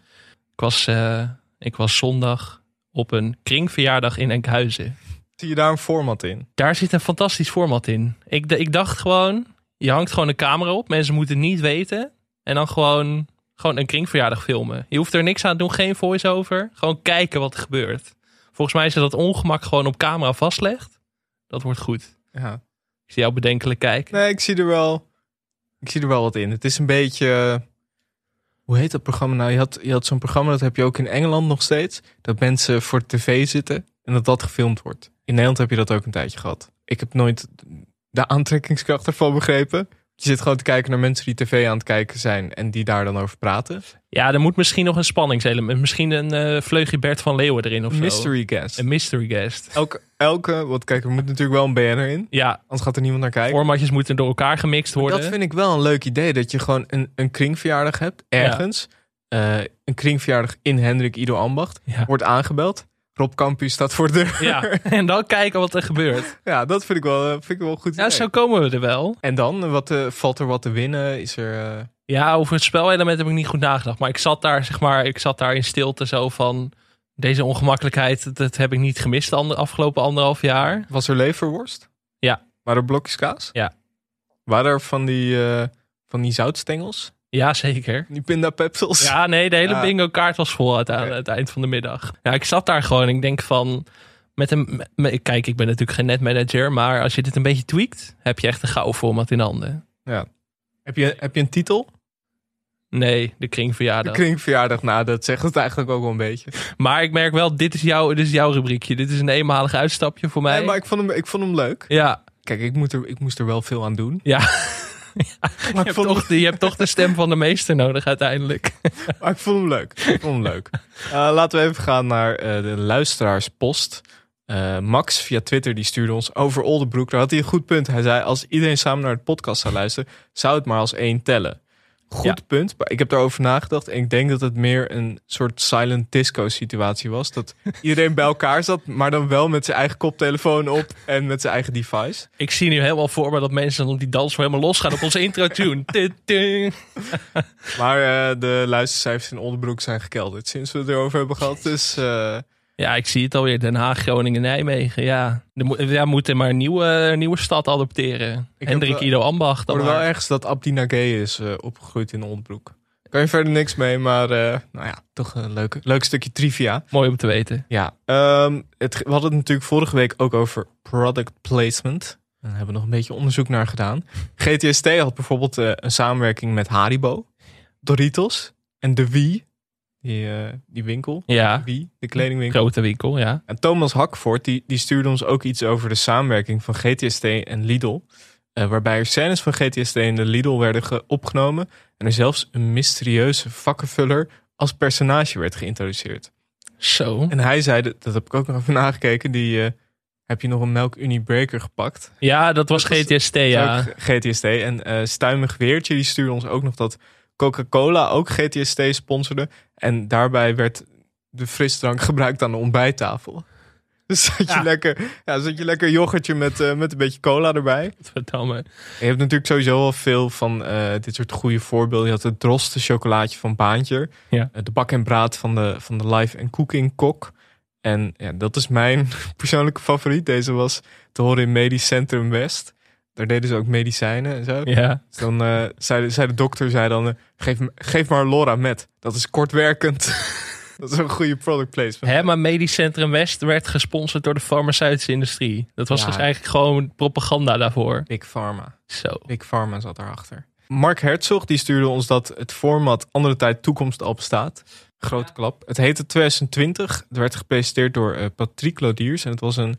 Ik was zondag op een kringverjaardag in Enkhuizen. Zie je daar een format in? Daar zit een fantastisch format in. Ik dacht gewoon, je hangt gewoon een camera op. Mensen moeten het niet weten. En dan gewoon een kringverjaardag filmen. Je hoeft er niks aan te doen, geen voice-over. Gewoon kijken wat er gebeurt. Volgens mij is dat ongemak gewoon op camera vastlegt. Dat wordt goed. Ja. Ik zie jou bedenkelijk kijken. Nee, ik zie er wel wat in. Het is een beetje... Hoe heet dat programma nou? Je had zo'n programma, dat heb je ook in Engeland nog steeds. Dat mensen voor tv zitten en dat gefilmd wordt. In Nederland heb je dat ook een tijdje gehad. Ik heb nooit de aantrekkingskracht ervan begrepen. Je zit gewoon te kijken naar mensen die tv aan het kijken zijn en die daar dan over praten. Ja, er moet misschien nog een spanningselement. Misschien een vleugje Bert van Leeuwen erin of zo. Mystery guest. Een mystery guest. Want kijk, er moet natuurlijk wel een BN'er in. Ja. Anders gaat er niemand naar kijken. Formatjes moeten door elkaar gemixt worden. Dat vind ik wel een leuk idee. Dat je gewoon een kringverjaardag hebt. Ergens. Ja. Een kringverjaardag in Hendrik Ido Ambacht. Ja. Wordt aangebeld. Rob Campus staat voor de deur. Ja, en dan kijken wat er gebeurt. Ja, dat vind ik wel een goed idee. Ja, zo komen we er wel. En dan, valt er wat te winnen? Is er... Ja, over het spelelement heb ik niet goed nagedacht. Maar ik zat daar in stilte zo van... Deze ongemakkelijkheid, dat heb ik niet gemist de afgelopen 1,5 jaar. Was er leverworst? Ja. Waren er blokjes kaas? Ja. Waren er van die zoutstengels? Ja, zeker. Die pindapepsels? Ja, nee, de hele bingo kaart was vol aan het eind van de middag. Ja, ik zat daar gewoon en ik denk van... Kijk, ik ben natuurlijk geen netmanager, maar als je dit een beetje tweakt... heb je echt een gouden format in handen. Ja. Heb je een titel? Nee, de kringverjaardag. De kringverjaardag, nou, dat zegt het eigenlijk ook wel een beetje. Maar ik merk wel, dit is jouw rubriekje. Dit is een eenmalig uitstapje voor mij. Nee, maar ik vond hem leuk. Ja. Kijk, ik moest er wel veel aan doen. Ja. Ja, je hebt toch de stem van de meester nodig uiteindelijk. Maar ik vond hem leuk. Laten we even gaan naar de luisteraarspost. Max via Twitter die stuurde ons over Oldenbroek. Daar had hij een goed punt. Hij zei, als iedereen samen naar de podcast zou luisteren... zou het maar als 1 tellen. Goed punt. Maar ik heb daarover nagedacht. En ik denk dat het meer een soort silent disco situatie was. Dat iedereen bij elkaar zat, maar dan wel met zijn eigen koptelefoon op en met zijn eigen device. Ik zie nu helemaal voor me dat mensen dan op die dans helemaal losgaan op onze intro tune. Maar de luistercijfers in Oldenbroek zijn gekelderd sinds we het erover hebben gehad. Dus... Ja, ik zie het alweer. Den Haag, Groningen, Nijmegen. Ja, we moeten maar een nieuwe stad adopteren. Hendrik Ido Ambacht. Ik hoorde wel ergens dat Abdi Nagé is opgegroeid in Oldenbroek. Kan je verder niks mee, maar toch een leuk stukje trivia. Mooi om te weten. Ja, we hadden het natuurlijk vorige week ook over product placement. Daar hebben we nog een beetje onderzoek naar gedaan. GTST had bijvoorbeeld een samenwerking met Haribo, Doritos en De Wie. Die winkel. Ja. De kledingwinkel. Grote winkel, ja. En Thomas Hakvoort, die stuurde ons ook iets over de samenwerking van GTST en Lidl. Waarbij er scènes van GTST en de Lidl werden opgenomen. En er zelfs een mysterieuze vakkenvuller als personage werd geïntroduceerd. Zo. En hij zei, dat heb ik ook nog even nagekeken, heb je nog een Melk-Unie Breaker gepakt? Ja, dat was GTST, ja. GTST. En Stuimig Weertje, die stuurde ons ook nog dat Coca-Cola ook GTST sponsorde. En daarbij werd de frisdrank gebruikt aan de ontbijttafel. Dus zat je lekker yoghurtje met een beetje cola erbij. Verdamme. Je hebt natuurlijk sowieso wel veel van dit soort goede voorbeelden. Je had het droste chocolaatje van Baantje. Ja. De bak en braad van de Life and Cooking Kok. En ja, dat is mijn persoonlijke favoriet. Deze was te horen in Medisch Centrum West. Daar deden ze ook medicijnen en zo. Ja. Dus dan zei de dokter, geef maar Laura met. Dat is kortwerkend. Dat is een goede product placement. Maar Medisch Centrum West werd gesponsord door de farmaceutische industrie. Dat was dus eigenlijk gewoon propaganda daarvoor. Big Pharma. Zo. Big Pharma zat daarachter. Mark Herzog die stuurde ons dat het format Andere Tijd Toekomst al bestaat. Grote klap. Het heette 2020. Het werd gepresenteerd door Patrick Lodiers. En het was een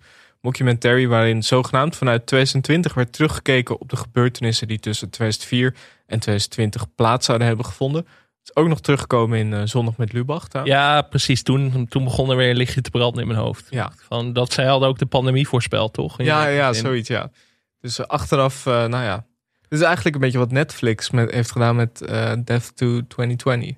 Mockumentary waarin zogenaamd vanuit 2020 werd teruggekeken op de gebeurtenissen die tussen 2004 en 2020 plaats zouden hebben gevonden. Het is ook nog teruggekomen in Zondag met Lubach. Ja, precies. Toen begon er weer een lichtje te branden in mijn hoofd. Ja. Van dat zij hadden ook de pandemie voorspeld, toch? Ja, zoiets, ja. Dus achteraf, dit is eigenlijk een beetje wat Netflix heeft gedaan met Death to 2020.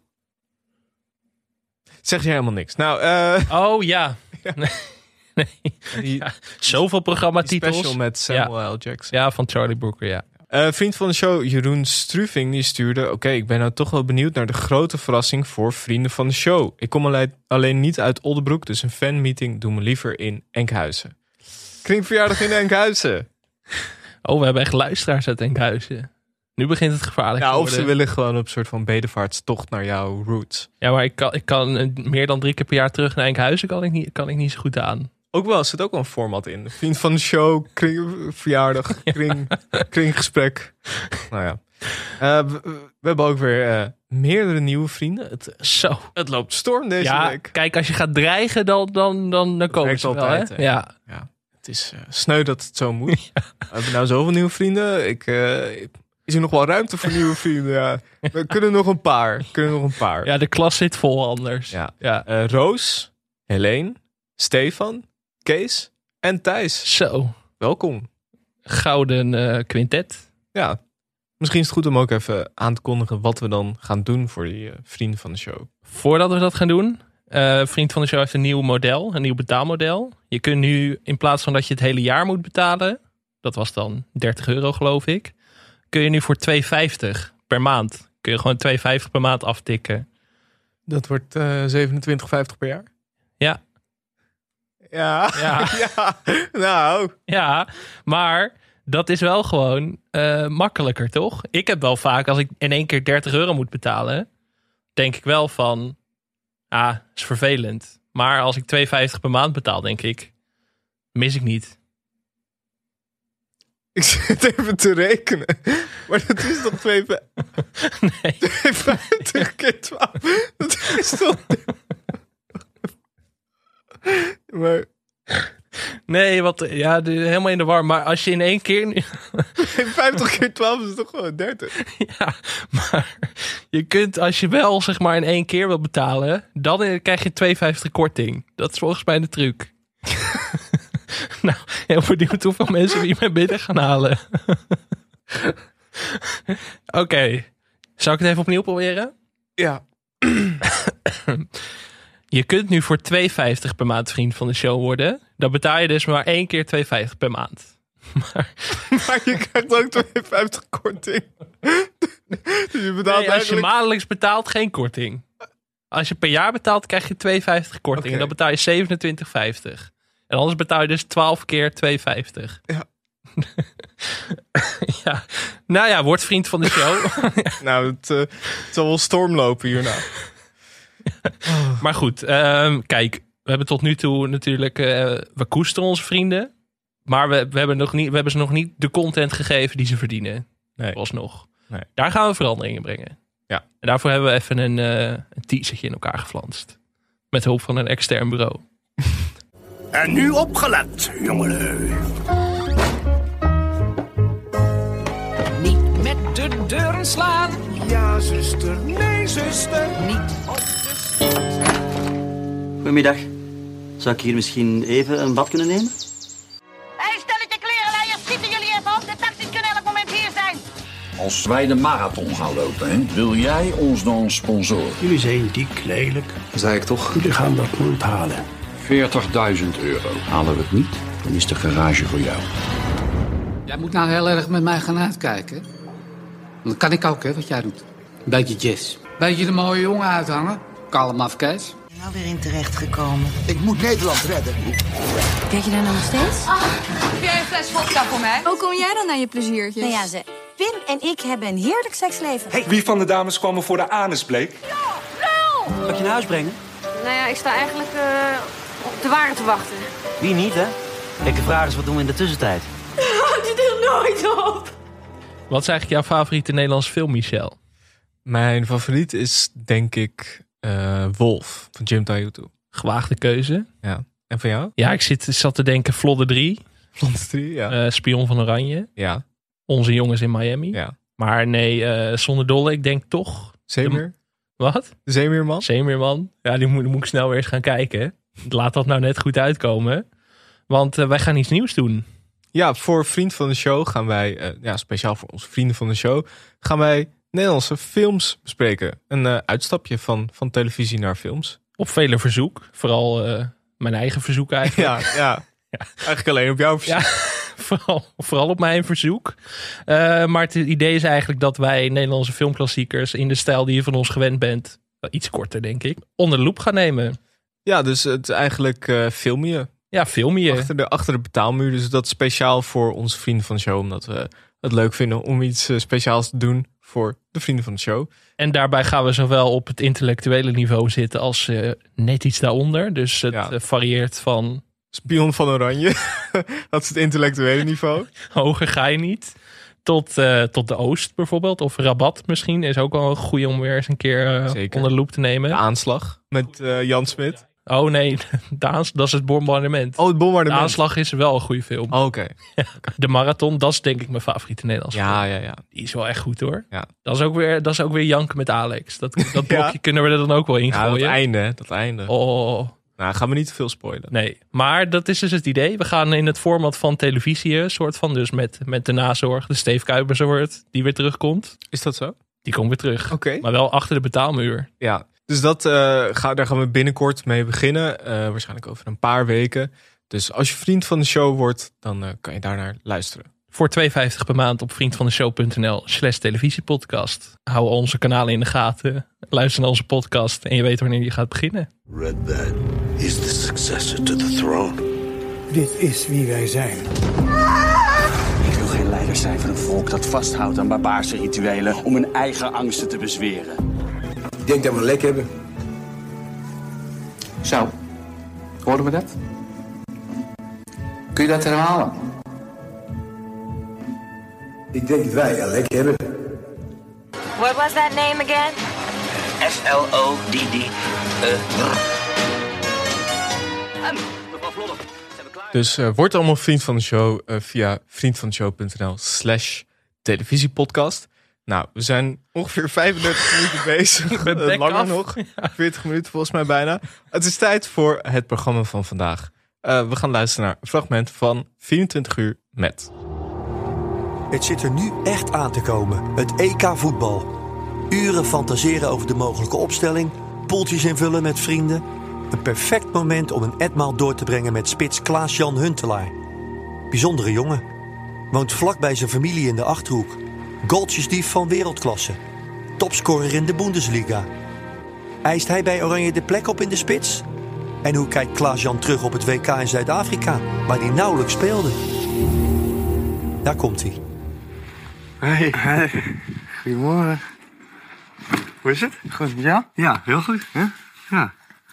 Zeg je helemaal niks. Nou, Oh ja. Ja. Nee. Zoveel programmatitels. Special met Samuel L. Jackson. Ja, van Charlie Brooker, ja. Vriend van de show, Jeroen Struving, die stuurde... Oké, ik ben nou toch wel benieuwd naar de grote verrassing voor vrienden van de show. Ik kom alleen niet uit Oldebroek, dus een fanmeeting doen we liever in Enkhuizen. Kringverjaardag in Enkhuizen. Oh, we hebben echt luisteraars uit Enkhuizen. Nu begint het gevaarlijk te Ja, of worden. ze willen gewoon op een soort van bedevaartstocht naar jouw roots. Ja, maar ik kan meer dan 3 keer per jaar terug naar Enkhuizen kan ik niet zo goed aan. Ook wel, zit ook wel een format in. Vriend van de show, verjaardag, kringgesprek. Nou ja. We hebben ook weer meerdere nieuwe vrienden. Zo. Het loopt storm deze week. Kijk, als je gaat dreigen, dan komen ze wel. altijd, Hè? Ja. Het is sneu dat het zo moet. We hebben nou zoveel nieuwe vrienden. Is er nog wel ruimte voor nieuwe vrienden? Ja. We kunnen nog een paar. Ja, de klas zit vol anders. Ja. Roos, Helene, Stefan, Kees en Thijs. Zo. Welkom. Gouden quintet. Ja. Misschien is het goed om ook even aan te kondigen wat we dan gaan doen voor die vrienden van de show. Voordat we dat gaan doen, vriend van de show heeft een nieuw model, een nieuw betaalmodel. Je kunt nu, in plaats van dat je het hele jaar moet betalen, dat was dan €30 geloof ik, kun je nu voor €2,50 per maand, kun je gewoon €2,50 per maand aftikken. Dat wordt €27,50 per jaar? Ja. Ja. Ja. Nou. Ja, maar dat is wel gewoon makkelijker, toch? Ik heb wel vaak, als ik in één keer €30 moet betalen, denk ik wel van, is vervelend. Maar als ik €2,50 per maand betaal, denk ik, mis ik niet. Ik zit even te rekenen. Maar dat is toch 2,50 keer 12. Dat is toch... Maar... Nee, helemaal in de war. Maar als je in één keer... 50 keer 12 is toch gewoon 30? Ja, maar je kunt, als je wel zeg maar in één keer wil betalen, dan krijg je €2,50 korting. Dat is volgens mij de truc. Nou, heel benieuwd hoeveel mensen we hiermee binnen gaan halen. Oké. Zal ik het even opnieuw proberen? Ja. Je kunt nu voor €2,50 per maand vriend van de show worden. Dan betaal je dus maar 1 keer €2,50 per maand. Maar je krijgt ook €2,50 korting. Dus je betaalt als je maandelijks betaalt, geen korting. Als je per jaar betaalt, krijg je €2,50 korting. Okay. En dan betaal je €27,50. En anders betaal je dus 12 keer €2,50. Ja. Ja. Nou ja, word vriend van de show. Nou, het zal wel storm lopen hierna. Maar goed, kijk, we hebben tot nu toe natuurlijk, we koesteren onze vrienden. Maar we hebben ze nog niet de content gegeven die ze verdienen. Nee. Alsnog. Nee. Daar gaan we veranderingen brengen. Ja. En daarvoor hebben we even een teasertje in elkaar geflanst. Met hulp van een extern bureau. En nu opgelet, jongelui. Niet met de deuren slaan. Ja, zuster. Nee, zuster. Niet op de stoep. Goedemiddag. Zou ik hier misschien even een bad kunnen nemen? Hé, stelletje klerenlijers, schieten jullie even op. De taxis kunnen elk moment hier zijn. Als wij de marathon gaan lopen, hè, wil jij ons dan sponsoren? Jullie zijn dik lelijk. Dat zei ik toch. Jullie gaan dat nooit halen. €40.000. Halen we het niet, dan is de garage voor jou. Jij moet nou heel erg met mij gaan uitkijken. Dat kan ik ook, hè, wat jij doet. Een beetje jazz. Beetje de mooie jongen uithangen. Kalm afkees. Nou weer in terecht gekomen. Ik moet Nederland redden. Kijk je daar nou nog steeds? Heb jij een fles vodka voor mij? Hoe kom jij dan naar je pleziertjes? Nou ja, Pim en ik hebben een heerlijk seksleven. Hey, wie van de dames kwam er voor de anusbleek? Mag ik je naar huis brengen? Nou ja, ik sta eigenlijk op de ware te wachten. Wie niet, hè? Kijk, de vraag is, wat doen we in de tussentijd? Dit hield nooit op. Wat is eigenlijk jouw favoriete Nederlandse film, Michel? Mijn favoriet is, denk ik, Wolf van Jim Tayuto. Gewaagde keuze. Ja. En van jou? Ja, ik zat te denken Vlodder 3. Vlodder 3, ja. Spion van Oranje. Ja. Onze jongens in Miami. Ja. Maar nee, zonder dolle, ik denk toch... Zeemeer? Wat? De Zeemeerman? Zeemeerman. Ja, die moet ik snel weer eens gaan kijken. Laat dat nou net goed uitkomen. Want wij gaan iets nieuws doen. Ja, voor Vriend van de Show gaan wij... speciaal voor onze vrienden van de show... gaan wij Nederlandse films bespreken. Een uitstapje van televisie naar films. Op vele verzoek. Vooral mijn eigen verzoek eigenlijk. Ja. Eigenlijk alleen op jouw verzoek. Ja, vooral op mijn verzoek. Maar het idee is eigenlijk dat wij Nederlandse filmklassiekers... in de stijl die je van ons gewend bent... iets korter denk ik... onder de loep gaan nemen. Ja, dus het is eigenlijk film je. Ja, film je. Achter de betaalmuur. Dus dat is speciaal voor onze vrienden van de show. Omdat we het leuk vinden om iets speciaals te doen voor de vrienden van de show. En daarbij gaan we zowel op het intellectuele niveau zitten als net iets daaronder. Dus het varieert van... Spion van Oranje. Dat is het intellectuele niveau. Hoger ga je niet. Tot de Oost bijvoorbeeld. Of Rabat misschien. Is ook wel een goeie om weer eens een keer onder de loep te nemen. De Aanslag met Jan Smit. Oh nee, dat is het bombardement. Oh, het bombardement. De Aanslag is wel een goede film. Oh, oké. De Marathon, dat is denk ik mijn favoriete Nederlandse film. Ja. Die is wel echt goed hoor. Ja. Dat is ook weer janken met Alex. Dat blokje kunnen we er dan ook wel in gooien. Ja, dat einde. Oh. Nou, gaan we niet te veel spoilen. Nee, maar dat is dus het idee. We gaan in het format van televisie, soort van. Dus met de nazorg, de Steve Kuiper die weer terugkomt. Is dat zo? Die komt weer terug. Oké. Maar wel achter de betaalmuur. Ja, dus daar gaan we binnenkort mee beginnen. Waarschijnlijk over een paar weken. Dus als je vriend van de show wordt, dan kan je daarnaar luisteren. Voor €2,50 per maand op vriendvandeshow.nl/televisiepodcast. Hou onze kanalen in de gaten. Luister naar onze podcast en je weet wanneer die gaat beginnen. Red Bed is the successor to the throne. Dit is wie wij zijn. Ik wil geen leider zijn van een volk dat vasthoudt aan barbaarse rituelen om hun eigen angsten te bezweren. Ik denk dat we een lek hebben. Zo, hoorden we dat? Kun je dat herhalen? Ik denk dat wij een lek hebben. What was that name again? Flodd. Dus word allemaal vriend van de show via vriendvandeshow.nl/televisiepodcast. Nou, we zijn ongeveer 35 minuten bezig. Langer nog. 40 minuten volgens mij bijna. Het is tijd voor het programma van vandaag. We gaan luisteren naar een fragment van 24 uur met... Het zit er nu echt aan te komen. Het EK voetbal. Uren fantaseren over de mogelijke opstelling. Poeltjes invullen met vrienden. Een perfect moment om een etmaal door te brengen met spits Klaas-Jan Huntelaar. Bijzondere jongen. Woont vlak bij zijn familie in de Achterhoek. Goaltjesdief van wereldklasse. Topscorer in de Bundesliga. Eist hij bij Oranje de plek op in de spits? En hoe kijkt Klaas-Jan terug op het WK in Zuid-Afrika, waar hij nauwelijks speelde? Daar komt hij. Hey. Goedemorgen. Hoe is het? Goed, ja? Ja, heel goed. Ja.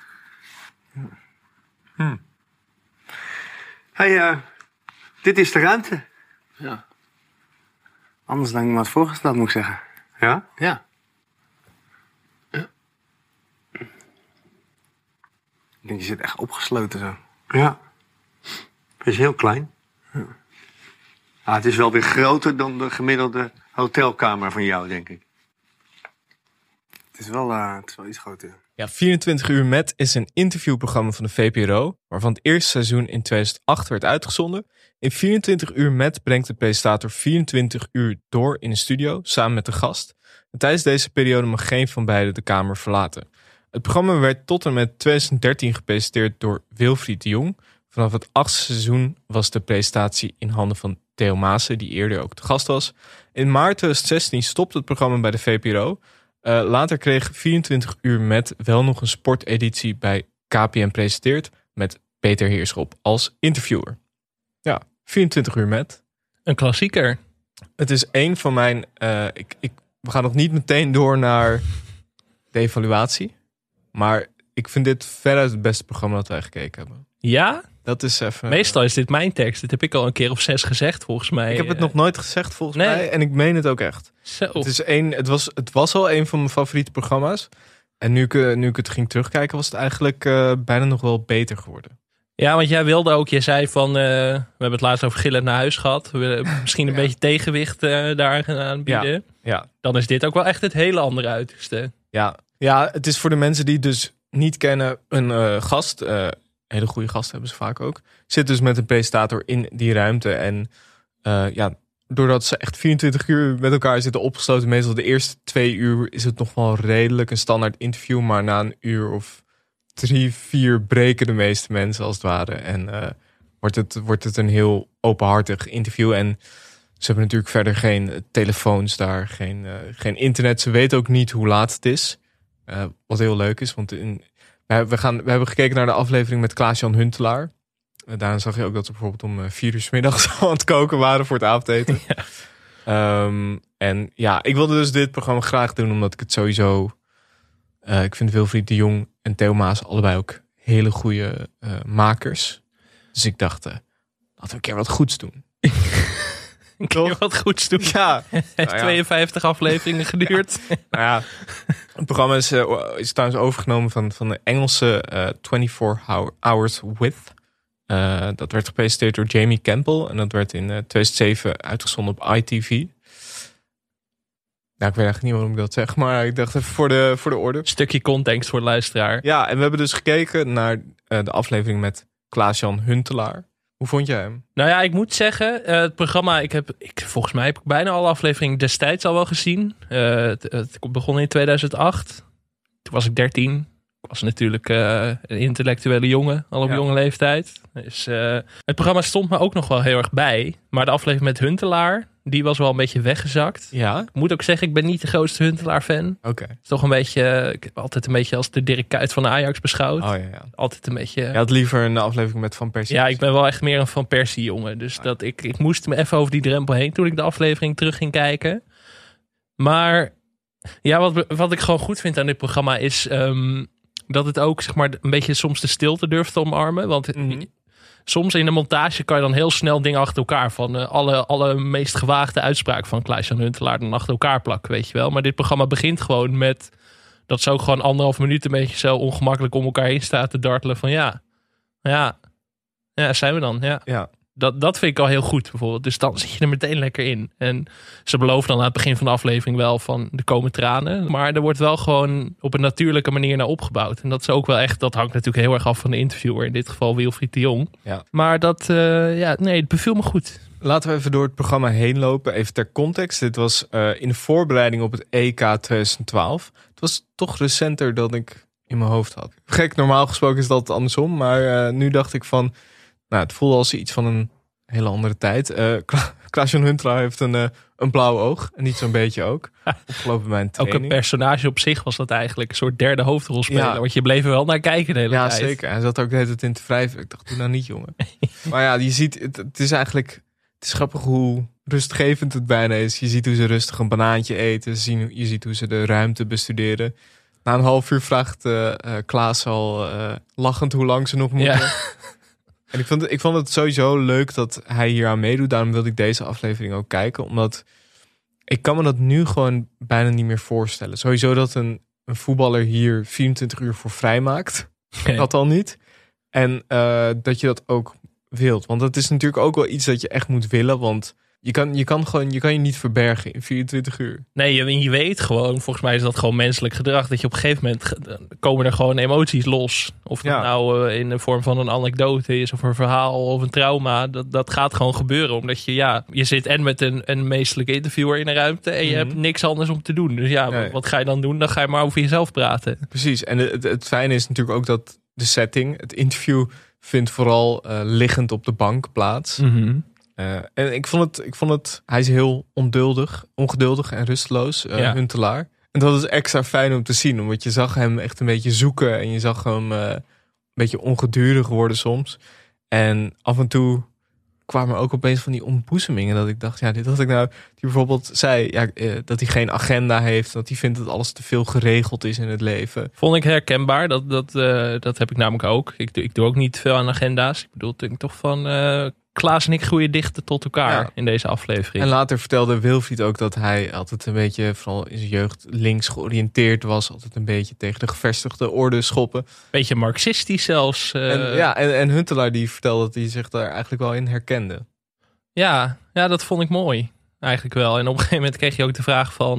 Hey, dit is de ruimte. Ja. Anders dan ik me had voorgesteld, moet ik zeggen. Ja? Ja. Ik denk, je zit echt opgesloten zo. Ja. Het is heel klein. Ja. Ah, het is wel weer groter dan de gemiddelde hotelkamer van jou, denk ik. Het is wel iets groter. Ja, 24 uur met is een interviewprogramma van de VPRO, waarvan het eerste seizoen in 2008 werd uitgezonden. In 24 uur met brengt de presentator 24 uur door in de studio, samen met de gast. En tijdens deze periode mag geen van beiden de kamer verlaten. Het programma werd tot en met 2013 gepresenteerd door Wilfried de Jong. Vanaf het 8e seizoen was de presentatie in handen van Theo Maassen, die eerder ook te gast was. In maart 2016 stopte het programma bij de VPRO. Later kreeg 24 uur met wel nog een sporteditie bij KPN presenteerd met Peter Heerschop als interviewer. Ja, 24 uur met. Een klassieker. Het is een van mijn... we gaan nog niet meteen door naar de evaluatie. Maar ik vind dit veruit het beste programma dat wij gekeken hebben. Ja? Dat is even... Meestal is dit mijn tekst. Dit heb ik al een keer of 6 gezegd, volgens mij. Ik heb het nog nooit gezegd, volgens mij. En ik meen het ook echt. Zo. Het was al een van mijn favoriete programma's. En nu ik het ging terugkijken, was het eigenlijk bijna nog wel beter geworden. Ja, want jij wilde ook, je zei van, we hebben het laatst over gillend naar huis gehad. We willen misschien een beetje tegenwicht daar gaan bieden. Ja. Dan is dit ook wel echt het hele andere uiterste. Ja, het is voor de mensen die het dus niet kennen, een gast. Hele goede gast hebben ze vaak ook. Zit dus met een presentator in die ruimte. En doordat ze echt 24 uur met elkaar zitten opgesloten, meestal de eerste 2 uur is het nog wel redelijk een standaard interview. Maar na een uur of 3-4 breken de meeste mensen als het ware. En wordt het een heel openhartig interview. En ze hebben natuurlijk verder geen telefoons daar, geen internet. Ze weten ook niet hoe laat het is. Wat heel leuk is, want we hebben gekeken naar de aflevering met Klaas-Jan Huntelaar. Daarin zag je ook dat ze bijvoorbeeld om 4 uur 's middags aan het koken waren voor het avondeten. Ja. Ik wilde dus dit programma graag doen, omdat ik het sowieso... ik vind Wilfried de Jong en Theo Maas allebei ook hele goede makers. Dus ik dacht, laten we een keer wat goeds doen. Een keer wat goeds doen. Ja. Het heeft 52 afleveringen geduurd. Het programma is trouwens overgenomen van de Engelse 24 Hours With. Dat werd gepresenteerd door Jamie Campbell. En dat werd in 2007 uitgezonden op ITV. Nou, ik weet eigenlijk niet waarom ik dat zeg. Maar ik dacht even voor de orde. Stukje context voor de luisteraar. Ja, en we hebben dus gekeken naar de aflevering met Klaas-Jan Huntelaar. Hoe vond jij hem? Nou ja, ik moet zeggen, het programma, volgens mij heb ik bijna alle afleveringen destijds al wel gezien. Het begon in 2008. Toen was ik 13. Ik was natuurlijk een intellectuele jongen, al op jonge leeftijd. Dus, het programma stond me ook nog wel heel erg bij. Maar de aflevering met Huntelaar, die was wel een beetje weggezakt. Ja? Ik moet ook zeggen, ik ben niet de grootste Huntelaar-fan. Oké. Het is toch een beetje, ik heb altijd een beetje als de Dirk Kuyt van de Ajax beschouwd. Oh ja. Altijd een beetje... Je had liever een aflevering met Van Persie. Ja, ik ben wel echt meer een Van Persie jongen. Dus ik moest me even over die drempel heen toen ik de aflevering terug ging kijken. Maar ja, wat ik gewoon goed vind aan dit programma is... dat het ook zeg maar een beetje soms de stilte durft te omarmen. Want soms in de montage kan je dan heel snel dingen achter elkaar... van alle meest gewaagde uitspraken van Klaas-Jan Huntelaar... dan achter elkaar plakken, weet je wel. Maar dit programma begint gewoon met... dat ze ook gewoon 1,5 minuut een beetje zo ongemakkelijk om elkaar heen staat te dartelen. Van ja, zijn we dan. Ja. Dat vind ik al heel goed bijvoorbeeld. Dus dan zit je er meteen lekker in. En ze beloven dan aan het begin van de aflevering wel van er komen tranen. Maar er wordt wel gewoon op een natuurlijke manier naar opgebouwd. En dat is ook wel echt, dat hangt natuurlijk heel erg af van de interviewer. In dit geval Wilfried de Jong. Ja. Maar het beviel me goed. Laten we even door het programma heen lopen. Even ter context. Dit was in de voorbereiding op het EK 2012. Het was toch recenter dan ik in mijn hoofd had. Gek, normaal gesproken is dat andersom. Maar nu dacht ik van... Nou, het voelde als iets van een hele andere tijd. Klaas-Jan Huntelaar heeft een blauw oog. En niet zo'n beetje ook. Opgelopen bij een training. Ook een personage op zich was dat eigenlijk. Een soort derde hoofdrolspeler. Ja. Want je bleef er wel naar kijken de hele tijd. Ja, zeker. Hij zat ook de hele tijd in te wrijven. Ik dacht, doe nou niet, jongen. Maar ja, je ziet, het is eigenlijk... Het is grappig hoe rustgevend het bijna is. Je ziet hoe ze rustig een banaantje eten. Je ziet hoe ze de ruimte bestuderen. Na een half uur vraagt Klaas al lachend hoe lang ze nog moeten. Ja. En ik vond het sowieso leuk dat hij hier aan meedoet. Daarom wilde ik deze aflevering ook kijken. Omdat ik kan me dat nu gewoon bijna niet meer voorstellen. Sowieso dat een voetballer hier 24 uur voor vrij maakt. Okay. Dat al niet. En dat je dat ook wilt. Want dat is natuurlijk ook wel iets dat je echt moet willen. Want je kan je niet verbergen in 24 uur. Nee, je weet gewoon, volgens mij is dat gewoon menselijk gedrag. Dat je op een gegeven moment komen er gewoon emoties los. Of dat nou in de vorm van een anekdote is of een verhaal of een trauma. Dat gaat gewoon gebeuren. Omdat je zit en met een meestelijke interviewer in een ruimte. En je hebt niks anders om te doen. Dus wat ga je dan doen? Dan ga je maar over jezelf praten. Precies. En het fijne is natuurlijk ook dat de setting, het interview vindt vooral liggend op de bank plaats. Mm-hmm. En ik vond het, hij is heel ongeduldig en rusteloos, Huntelaar. En dat is extra fijn om te zien, omdat je zag hem echt een beetje zoeken en je zag hem een beetje ongedurig worden soms. En af en toe kwamen ook opeens van die ontboezemingen dat ik dacht, dit had ik nou, die bijvoorbeeld zei dat hij geen agenda heeft, dat hij vindt dat alles te veel geregeld is in het leven. Vond ik herkenbaar, dat heb ik namelijk ook. Ik doe ook niet veel aan agenda's. Ik bedoel, ik denk toch van... Klaas en ik groeien dichter tot elkaar in deze aflevering. En later vertelde Wilfried ook dat hij altijd een beetje, vooral in zijn jeugd, links georiënteerd was. Altijd een beetje tegen de gevestigde orde schoppen. Beetje marxistisch zelfs. En Huntelaar die vertelde dat hij zich daar eigenlijk wel in herkende. Ja, dat vond ik mooi. Eigenlijk wel. En op een gegeven moment kreeg je ook de vraag van...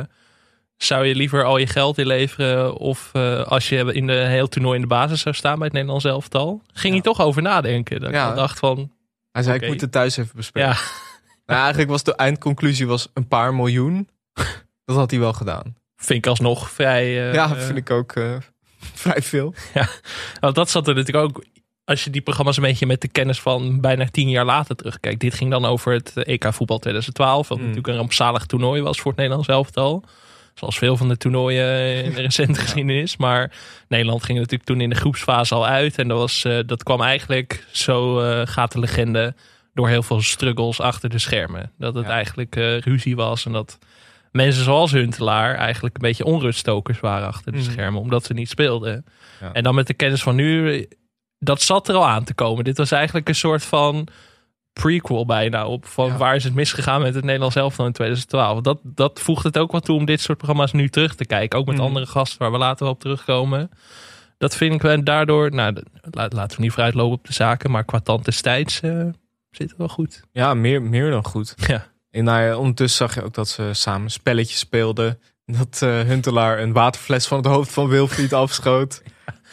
zou je liever al je geld inleveren... of als je in de heel toernooi in de basis zou staan... bij het Nederlands elftal? Ging hij toch over nadenken. Dat ik dacht van... Hij zei, ik moet het thuis even bespreken. Ja. Nou, eigenlijk was de eindconclusie een paar miljoen. Dat had hij wel gedaan. Vind ik alsnog vrij... vind ik ook vrij veel. Ja, want dat zat er natuurlijk ook... Als je die programma's een beetje met de kennis van bijna 10 jaar later terugkijkt. Dit ging dan over het EK voetbal 2012. Wat natuurlijk een rampzalig toernooi was voor het Nederlands elftal. Zoals veel van de toernooien in de recente geschiedenis. Maar Nederland ging natuurlijk toen in de groepsfase al uit. En dat kwam eigenlijk, zo gaat de legende, door heel veel struggles achter de schermen. Dat het eigenlijk ruzie was. En dat mensen zoals Huntelaar eigenlijk een beetje onruststokers waren achter de schermen. Omdat ze niet speelden. Ja. En dan met de kennis van nu... Dat zat er al aan te komen. Dit was eigenlijk een soort van prequel bijna op van waar is het misgegaan met het Nederlands elftal in 2012. Dat voegt het ook wat toe om dit soort programma's nu terug te kijken. Ook met andere gasten waar we later wel op terugkomen. Dat vind ik wel daardoor, laten we niet vooruitlopen op de zaken, maar qua tand destijds zit het wel goed. Ja, meer dan goed. Ja. En ondertussen zag je ook dat ze samen spelletjes speelden. Dat Huntelaar een waterfles van het hoofd van Wilfried afschoot.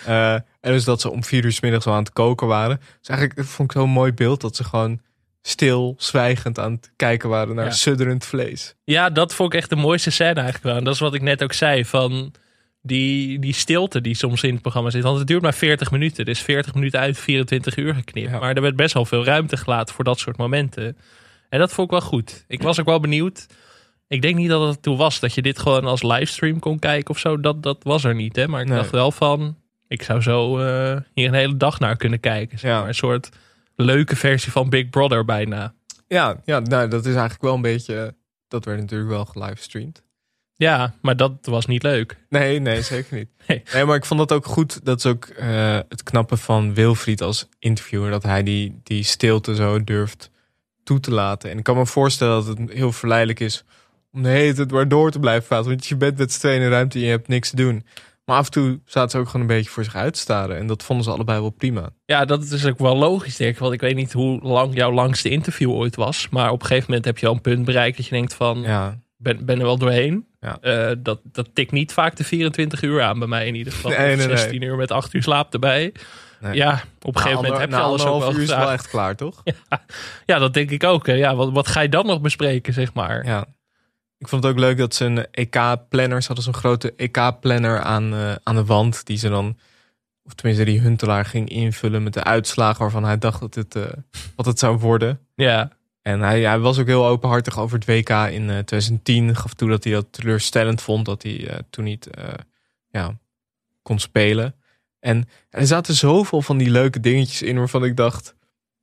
En dus dat ze om 4 uur 's middags al aan het koken waren. Dus eigenlijk dat vond ik zo'n mooi beeld dat ze gewoon stil, zwijgend aan het kijken waren naar sudderend vlees. Ja, dat vond ik echt de mooiste scène eigenlijk wel. En dat is wat ik net ook zei van die stilte die soms in het programma zit. Want het duurt maar 40 minuten. Dus 40 minuten uit 24 uur geknipt. Ja. Maar er werd best wel veel ruimte gelaten voor dat soort momenten. En dat vond ik wel goed. Ik was ook wel benieuwd. Ik denk niet dat het toen was dat je dit gewoon als livestream kon kijken of zo. Dat was er niet, hè. Maar ik dacht wel van... Ik zou zo hier een hele dag naar kunnen kijken. Zeg maar. Een soort leuke versie van Big Brother bijna. Ja, dat is eigenlijk wel een beetje... Dat werd natuurlijk wel gelivestreamd. Ja, maar dat was niet leuk. Nee, zeker niet. Nee, maar ik vond dat ook goed. Dat is ook het knappe van Wilfried als interviewer. Dat hij die stilte zo durft toe te laten. En ik kan me voorstellen dat het heel verleidelijk is... om de hele tijd maar door te blijven praten. Want je bent met z'n tweeën in de ruimte en je hebt niks te doen... Maar af en toe zaten ze ook gewoon een beetje voor zich uit te staren. En dat vonden ze allebei wel prima. Ja, dat is ook wel logisch, denk ik. Want ik weet niet hoe lang jouw langste interview ooit was. Maar op een gegeven moment heb je al een punt bereikt dat je denkt van... Ben er wel doorheen. Ja. Dat tikt niet vaak de 24 uur aan bij mij in ieder geval. Nee. 16 uur met 8 uur slaap erbij. Nee. Ja, op een gegeven moment heb je alles ook wel uur is wel echt klaar, toch? Ja, dat denk ik ook. Hè. Ja, wat ga je dan nog bespreken, zeg maar? Ja. Ik vond het ook leuk dat ze een EK-planner... Ze hadden zo'n grote EK-planner aan de wand... die ze dan, of tenminste die Huntelaar ging invullen... met de uitslagen waarvan hij dacht wat het zou worden. Ja. En hij was ook heel openhartig over het WK in 2010. Gaf toe dat hij dat teleurstellend vond... dat hij toen niet kon spelen. En er zaten zoveel van die leuke dingetjes in... waarvan ik dacht...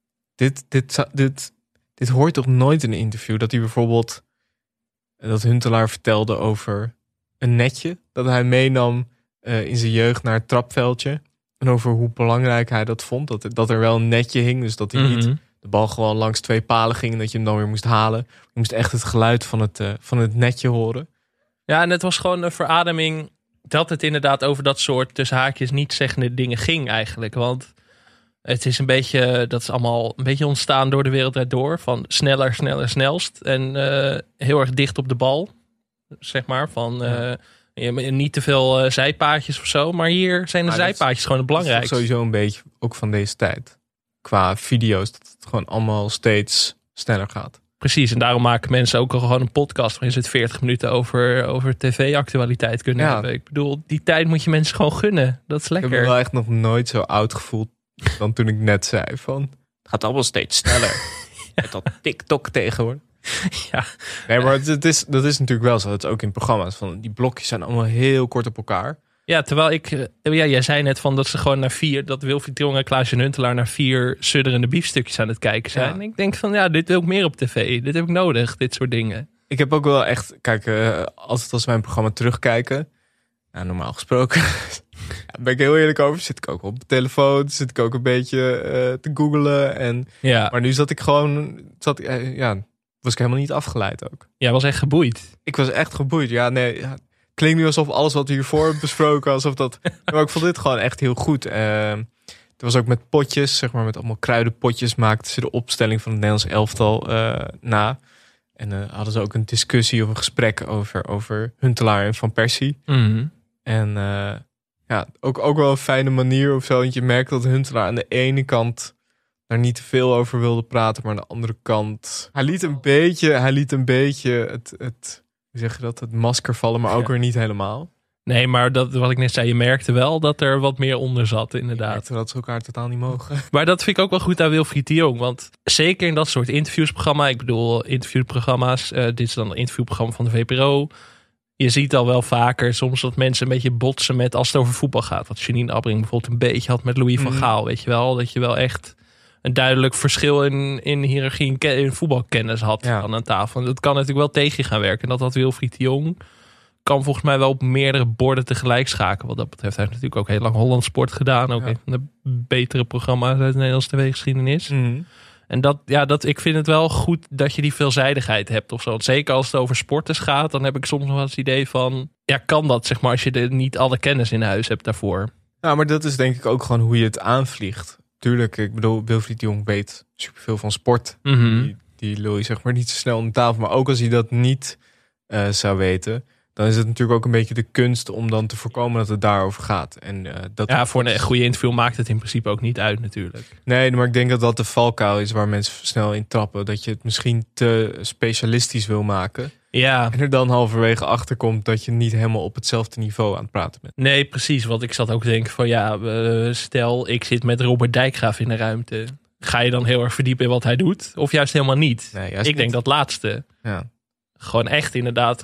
Dit hoort toch nooit in een interview? Dat hij bijvoorbeeld... Dat Huntelaar vertelde over een netje dat hij meenam in zijn jeugd naar het trapveldje. En over hoe belangrijk hij dat vond. Dat er wel een netje hing. Dus dat hij niet de bal gewoon langs 2 palen ging. En dat je hem dan weer moest halen. Je moest echt het geluid van het netje horen. Ja, en het was gewoon een verademing dat het inderdaad over dat soort tussen haakjes niet zeggende dingen ging eigenlijk. Want het is een beetje, dat is allemaal een beetje ontstaan door de wereld erdoor. Van sneller, snelst. En heel erg dicht op de bal. Zeg maar. Van niet te veel zijpaadjes of zo. Maar hier zijn de zijpaadjes gewoon het belangrijkste. Dat is sowieso een beetje ook van deze tijd. Qua video's. Dat het gewoon allemaal steeds sneller gaat. Precies. En daarom maken mensen ook al gewoon een podcast. Waarin ze het 40 minuten over tv-actualiteit kunnen hebben. Ik bedoel, die tijd moet je mensen gewoon gunnen. Dat is lekker. Ik heb me wel echt nog nooit zo oud gevoeld. Dan toen ik net zei van... Het gaat allemaal steeds sneller. Met dat TikTok tegenwoordig. Ja. Nee, maar dat is natuurlijk wel zo. Dat is ook in programma's. Van die blokjes zijn allemaal heel kort op elkaar. Ja, terwijl jij zei net van dat ze gewoon naar 4... Dat Wilfried de Jong en Klaas en Huntelaar naar 4 sudderende biefstukjes aan het kijken zijn. Ja. En ik denk van dit wil ik meer op tv. Dit heb ik nodig, dit soort dingen. Ik heb ook wel echt... Kijk, als we mijn programma terugkijken... Nou, normaal gesproken... Daar ben ik heel eerlijk over. Zit ik ook op mijn telefoon. Zit ik ook een beetje te googlen. Maar nu zat ik gewoon... was ik helemaal niet afgeleid ook. Jij was echt geboeid. Ik was echt geboeid. Ja, nee. Ja, klinkt nu alsof alles wat we hiervoor hebben besproken... alsof dat... Maar ik vond dit gewoon echt heel goed. Het was ook met potjes, zeg maar, met allemaal kruidenpotjes maakten ze de opstelling van het Nederlands elftal na. En hadden ze ook een discussie of een gesprek over Huntelaar en Van Persie. Mm-hmm. En ook wel een fijne manier of zo. Want je merkt dat Huntelaar aan de ene kant daar niet te veel over wilde praten, maar aan de andere kant... Hij liet een beetje het hoe zeg je dat, het masker vallen, maar ook weer niet helemaal. Nee, maar dat, wat ik net zei, je merkte wel dat er wat meer onder zat, inderdaad. Dat ze elkaar totaal niet mogen. Maar dat vind ik ook wel goed aan Wilfried de Jong. Want zeker in dat soort interviewsprogramma, ik bedoel interviewprogramma's, dit is dan een interviewprogramma van de VPRO. Je ziet al wel vaker soms dat mensen een beetje botsen met als het over voetbal gaat. Wat Janine Abbring bijvoorbeeld een beetje had met Louis van Gaal, weet je wel. Dat je wel echt een duidelijk verschil in hiërarchie in voetbalkennis had aan tafel. En dat kan natuurlijk wel tegen je gaan werken. En dat had Wilfried de Jong... kan volgens mij wel op meerdere borden tegelijk schakelen. Wat dat betreft. Hij heeft natuurlijk ook heel lang Holland Sport gedaan. Ook een van de betere programma's uit de Nederlandse tv-geschiedenis. Mm. En ik vind het wel goed dat je die veelzijdigheid hebt of zo. Want zeker als het over sporters gaat, dan heb ik soms nog wel eens het idee van... Ja, kan dat, zeg maar, als je niet alle kennis in huis hebt daarvoor. Nou, maar dat is denk ik ook gewoon hoe je het aanvliegt. Tuurlijk, ik bedoel, Wilfried de Jong weet superveel van sport. Mm-hmm. Die lul je zeg maar niet zo snel om de tafel. Maar ook als hij dat niet zou weten... dan is het natuurlijk ook een beetje de kunst om dan te voorkomen dat het daarover gaat. En, voor een goede interview maakt het in principe ook niet uit natuurlijk. Nee, maar ik denk dat dat de valkuil is waar mensen snel in trappen. Dat je het misschien te specialistisch wil maken. Ja. En er dan halverwege achter komt dat je niet helemaal op hetzelfde niveau aan het praten bent. Nee, precies. Want ik zat ook te denken van stel ik zit met Robert Dijkgraaf in de ruimte. Ga je dan heel erg verdiepen in wat hij doet? Of juist helemaal niet? Nee, ik denk dat laatste. Ja. Gewoon echt inderdaad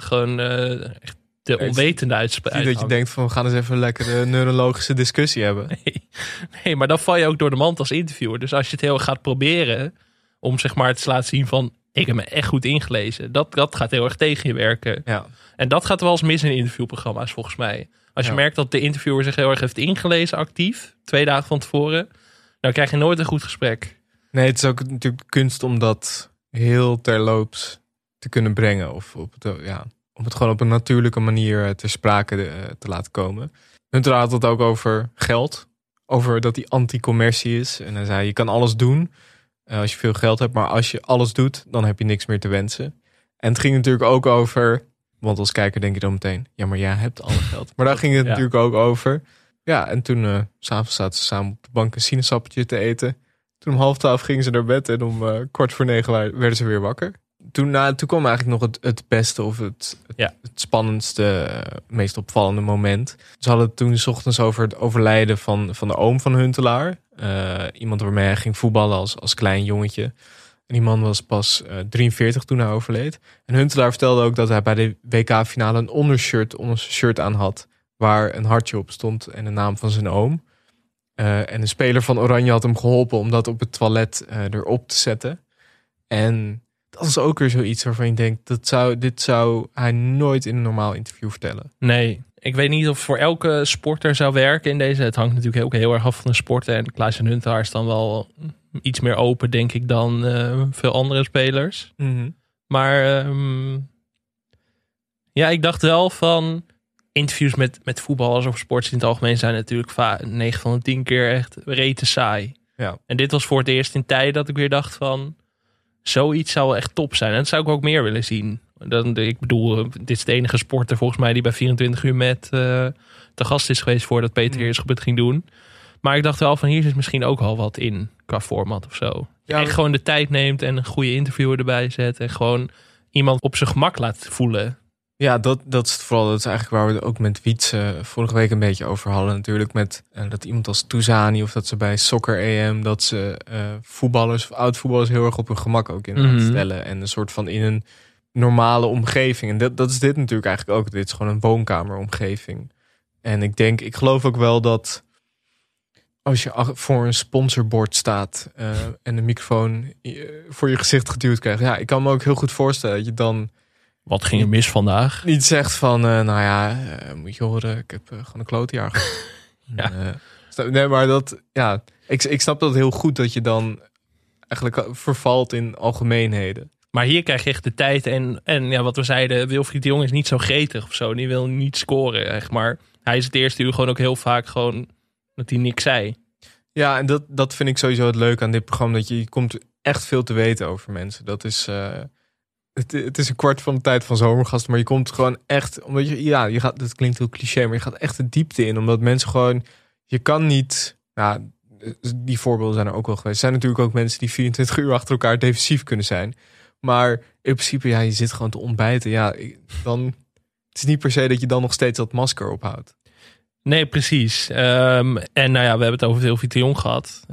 echt de onwetende uitspraak. Dat je denkt van we gaan eens even lekker een neurologische discussie hebben. Nee, maar dan val je ook door de mand als interviewer. Dus als je het heel erg gaat proberen om zeg maar te laten zien van ik heb me echt goed ingelezen. Dat gaat heel erg tegen je werken. Ja. En dat gaat wel eens mis in interviewprogramma's volgens mij. Als je merkt dat de interviewer zich heel erg heeft ingelezen actief, 2 dagen van tevoren, dan krijg je nooit een goed gesprek. Nee, het is ook natuurlijk kunst om dat heel terloops te kunnen brengen. Of om het gewoon op een natuurlijke manier ter sprake te laten komen. Huntelaar had het ook over geld. Over dat hij anti-commercie is. En hij zei, je kan alles doen als je veel geld hebt. Maar als je alles doet, dan heb je niks meer te wensen. En het ging natuurlijk ook over... Want als kijker denk je dan meteen... Ja, maar jij hebt alle geld. Maar daar ging het natuurlijk ook over. Ja, en toen... 's avonds zaten ze samen op de bank een sinaasappeltje te eten. Toen om 8:30 gingen ze naar bed. En om 8:45 werden ze weer wakker. Toen kwam eigenlijk nog het beste of het spannendste, meest opvallende moment. Ze hadden het toen 's ochtends over het overlijden van de oom van Huntelaar. Iemand waarmee hij ging voetballen als klein jongetje. En die man was pas 43 toen hij overleed. En Huntelaar vertelde ook dat hij bij de WK-finale een ondershirt onder zijn shirt aan had. Waar een hartje op stond en de naam van zijn oom. En een speler van Oranje had hem geholpen om dat op het toilet erop te zetten. En dat is ook weer zoiets waarvan je denkt, dit zou hij nooit in een normaal interview vertellen. Nee, ik weet niet of voor elke sporter zou werken in deze. Het hangt natuurlijk ook heel erg af van de sporten. En Klaas-Jan Huntelaar is dan wel iets meer open, denk ik, dan veel andere spelers. Mm-hmm. Maar ik dacht wel van interviews met voetballers of sporters in het algemeen zijn natuurlijk 9 van de 10 keer echt rete saai. Ja. En dit was voor het eerst in tijden dat ik weer dacht van zoiets zou wel echt top zijn. En dat zou ik ook meer willen zien. Ik bedoel, dit is de enige sporter volgens mij die bij 24 uur met te gast is geweest voordat Peter Heerschoep het ging doen. Maar ik dacht wel van hier zit misschien ook al wat in qua format of zo. Ja, echt gewoon de tijd neemt en een goede interviewer erbij zet. En gewoon iemand op zijn gemak laat voelen. Ja, dat is het vooral. Dat is eigenlijk waar we het ook met Wietse vorige week een beetje over hadden. Natuurlijk met dat iemand als Touzani of dat ze bij Soccer EM... dat ze voetballers of oud-voetballers heel erg op hun gemak ook in stellen. En een soort van in een normale omgeving. En dat is dit natuurlijk eigenlijk ook. Dit is gewoon een woonkameromgeving. En ik geloof ook wel dat als je voor een sponsorbord staat en een microfoon voor je gezicht geduwd krijgt. Ja, ik kan me ook heel goed voorstellen dat je dan... Wat ging er mis vandaag? Niet zegt van, moet je horen, ik heb gewoon een klote jaar gehad. Ja. Nee, maar dat... Ja, ik snap dat heel goed dat je dan eigenlijk vervalt in algemeenheden. Maar hier krijg je echt de tijd. En ja, wat we zeiden, Wilfried de Jong is niet zo gretig of zo. Die wil niet scoren, echt. Maar hij is het eerste uur gewoon ook heel vaak gewoon dat hij niks zei. Ja, en dat vind ik sowieso het leuke aan dit programma. Dat je komt echt veel te weten over mensen. Dat is... Het is een kwart van de tijd van Zomergasten. Maar je komt gewoon echt... Omdat je gaat... Dat klinkt heel cliché, maar je gaat echt de diepte in. Omdat mensen gewoon... Je kan niet... Nou, die voorbeelden zijn er ook wel geweest. Er zijn natuurlijk ook mensen die 24 uur achter elkaar defensief kunnen zijn. Maar in principe, ja, je zit gewoon te ontbijten. Ja, dan... Het is niet per se dat je dan nog steeds dat masker ophoudt. Nee, precies. En nou ja, we hebben het over Wilfried de Jong gehad.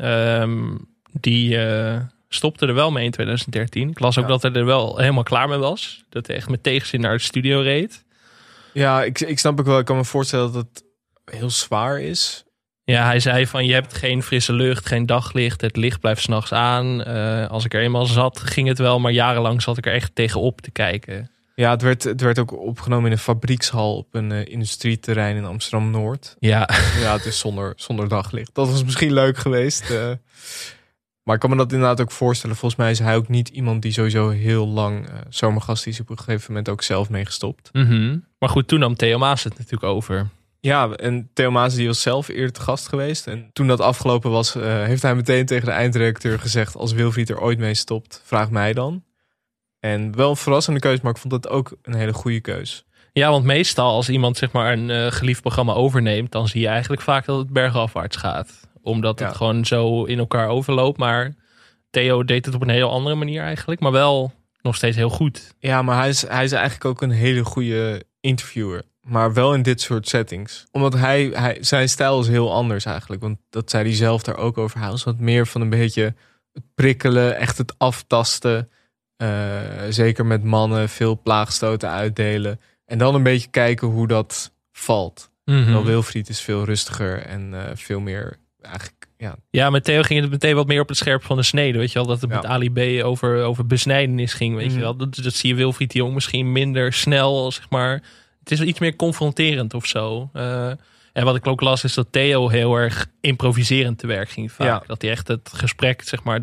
Die stopte er wel mee in 2013. Ik las ook dat hij er wel helemaal klaar mee was. Dat hij echt met tegenzin naar de studio reed. Ja, ik snap ook wel. Ik kan me voorstellen dat het heel zwaar is. Ja, hij zei van je hebt geen frisse lucht, geen daglicht. Het licht blijft 's nachts aan. Als ik er eenmaal zat, ging het wel. Maar jarenlang zat ik er echt tegenop te kijken. Ja, het werd ook opgenomen in een fabriekshal op een industrieterrein in Amsterdam-Noord. Ja. Ja, het is zonder daglicht. Dat was misschien leuk geweest. Maar ik kan me dat inderdaad ook voorstellen. Volgens mij is hij ook niet iemand die sowieso heel lang Zomergast is. Op een gegeven moment ook zelf mee gestopt. Mm-hmm. Maar goed, toen nam Theo Maas het natuurlijk over. Ja, en Theo Maas die was zelf eerder te gast geweest. En toen dat afgelopen was, heeft hij meteen tegen de eindredacteur gezegd... als Wilfried er ooit mee stopt, vraag mij dan. En wel een verrassende keus, maar ik vond dat ook een hele goede keus. Ja, want meestal als iemand zeg maar een geliefd programma overneemt... dan zie je eigenlijk vaak dat het bergafwaarts gaat. Omdat het gewoon zo in elkaar overloopt. Maar Theo deed het op een heel andere manier eigenlijk. Maar wel nog steeds heel goed. Ja, maar hij is eigenlijk ook een hele goede interviewer. Maar wel in dit soort settings. Omdat zijn stijl is heel anders eigenlijk. Want dat zei hij zelf daar ook over. Hij was wat meer van een beetje het prikkelen, echt het aftasten... zeker met mannen, veel plaagstoten uitdelen. En dan een beetje kijken hoe dat valt. Mm-hmm. Wilfried is veel rustiger en veel meer eigenlijk... Ja, met Theo ging het meteen wat meer op het scherp van de snede. Weet je wel, dat het met Ali B over besnijdenis ging. Weet je wel, dat zie je Wilfried de Jong misschien minder snel, zeg maar. Het is iets meer confronterend of zo. En wat ik ook las is dat Theo heel erg improviserend te werk ging vaak. Ja. Dat hij echt het gesprek, zeg maar,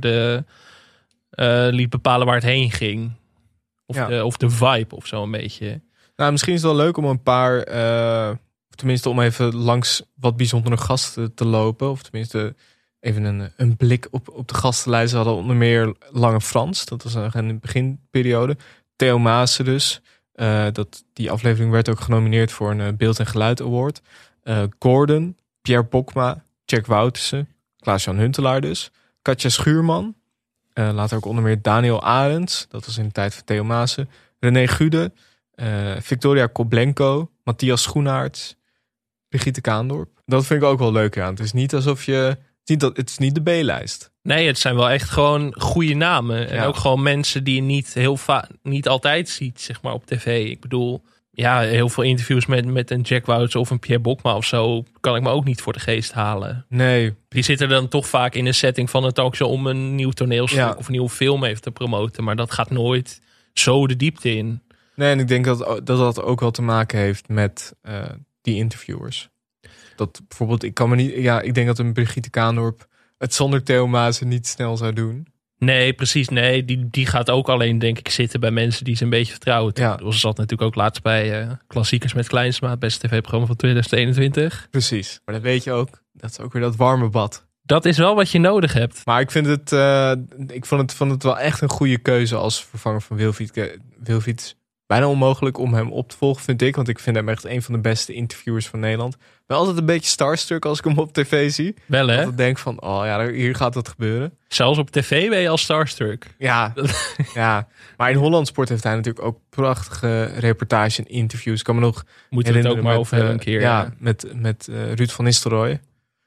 liet bepalen waar het heen ging. Of de vibe of zo een beetje. Nou, misschien is het wel leuk om een paar... tenminste om even langs wat bijzondere gasten te lopen. Of tenminste even een blik op de gastenlijst. We hadden onder meer Lange Frans. Dat was nog in de beginperiode. Theo Maassen dus. Die aflevering werd ook genomineerd voor een Beeld en Geluid Award. Gordon, Pierre Bokma, Jack Woutersen, Klaas-Jan Huntelaar dus. Katja Schuurman. Later ook onder meer Daniel Arends. Dat was in de tijd van Theo Maassen. René Gude. Victoria Koblenko. Matthias Schoenaerts. Brigitte Kaandorp. Dat vind ik ook wel leuk aan. Het is niet alsof je... Het is niet de B-lijst. Nee, het zijn wel echt gewoon goede namen. En ook gewoon mensen die je niet altijd ziet, zeg maar, op tv. Ik bedoel, ja, heel veel interviews met een Jack Wouters of een Pierre Bokma of zo... kan ik me ook niet voor de geest halen. Nee. Die zitten dan toch vaak in een setting van een talkshow... om een nieuw toneelstuk of een nieuwe film even te promoten. Maar dat gaat nooit zo de diepte in. Nee, en ik denk dat ook wel te maken heeft met die interviewers. Dat bijvoorbeeld, ik denk dat een Brigitte Kaandorp het zonder Theo Maassen niet snel zou doen. Nee, precies. Nee, die gaat ook alleen, denk ik, zitten bij mensen die ze een beetje vertrouwen. Ja. Ze zat natuurlijk ook laatst bij Klassiekers met Kleinsma, het beste tv-programma van 2021. Precies. Maar dat weet je ook. Dat is ook weer dat warme bad. Dat is wel wat je nodig hebt. Maar ik vind het, ik vond het wel echt een goede keuze als vervanger van Wilfried. Wilfried bijna onmogelijk om hem op te volgen, vind ik. Want ik vind hem echt een van de beste interviewers van Nederland. Ik ben altijd een beetje starstruck als ik hem op tv zie. Wel, hè? Ik denk van, oh ja, hier gaat wat gebeuren. Zelfs op tv ben je al starstruck. Ja, ja. Maar in Holland Sport heeft hij natuurlijk ook prachtige reportages en interviews. Ik kan me nog moeten we het ook maar over hebben een keer. Ja, met Ruud van Nistelrooy.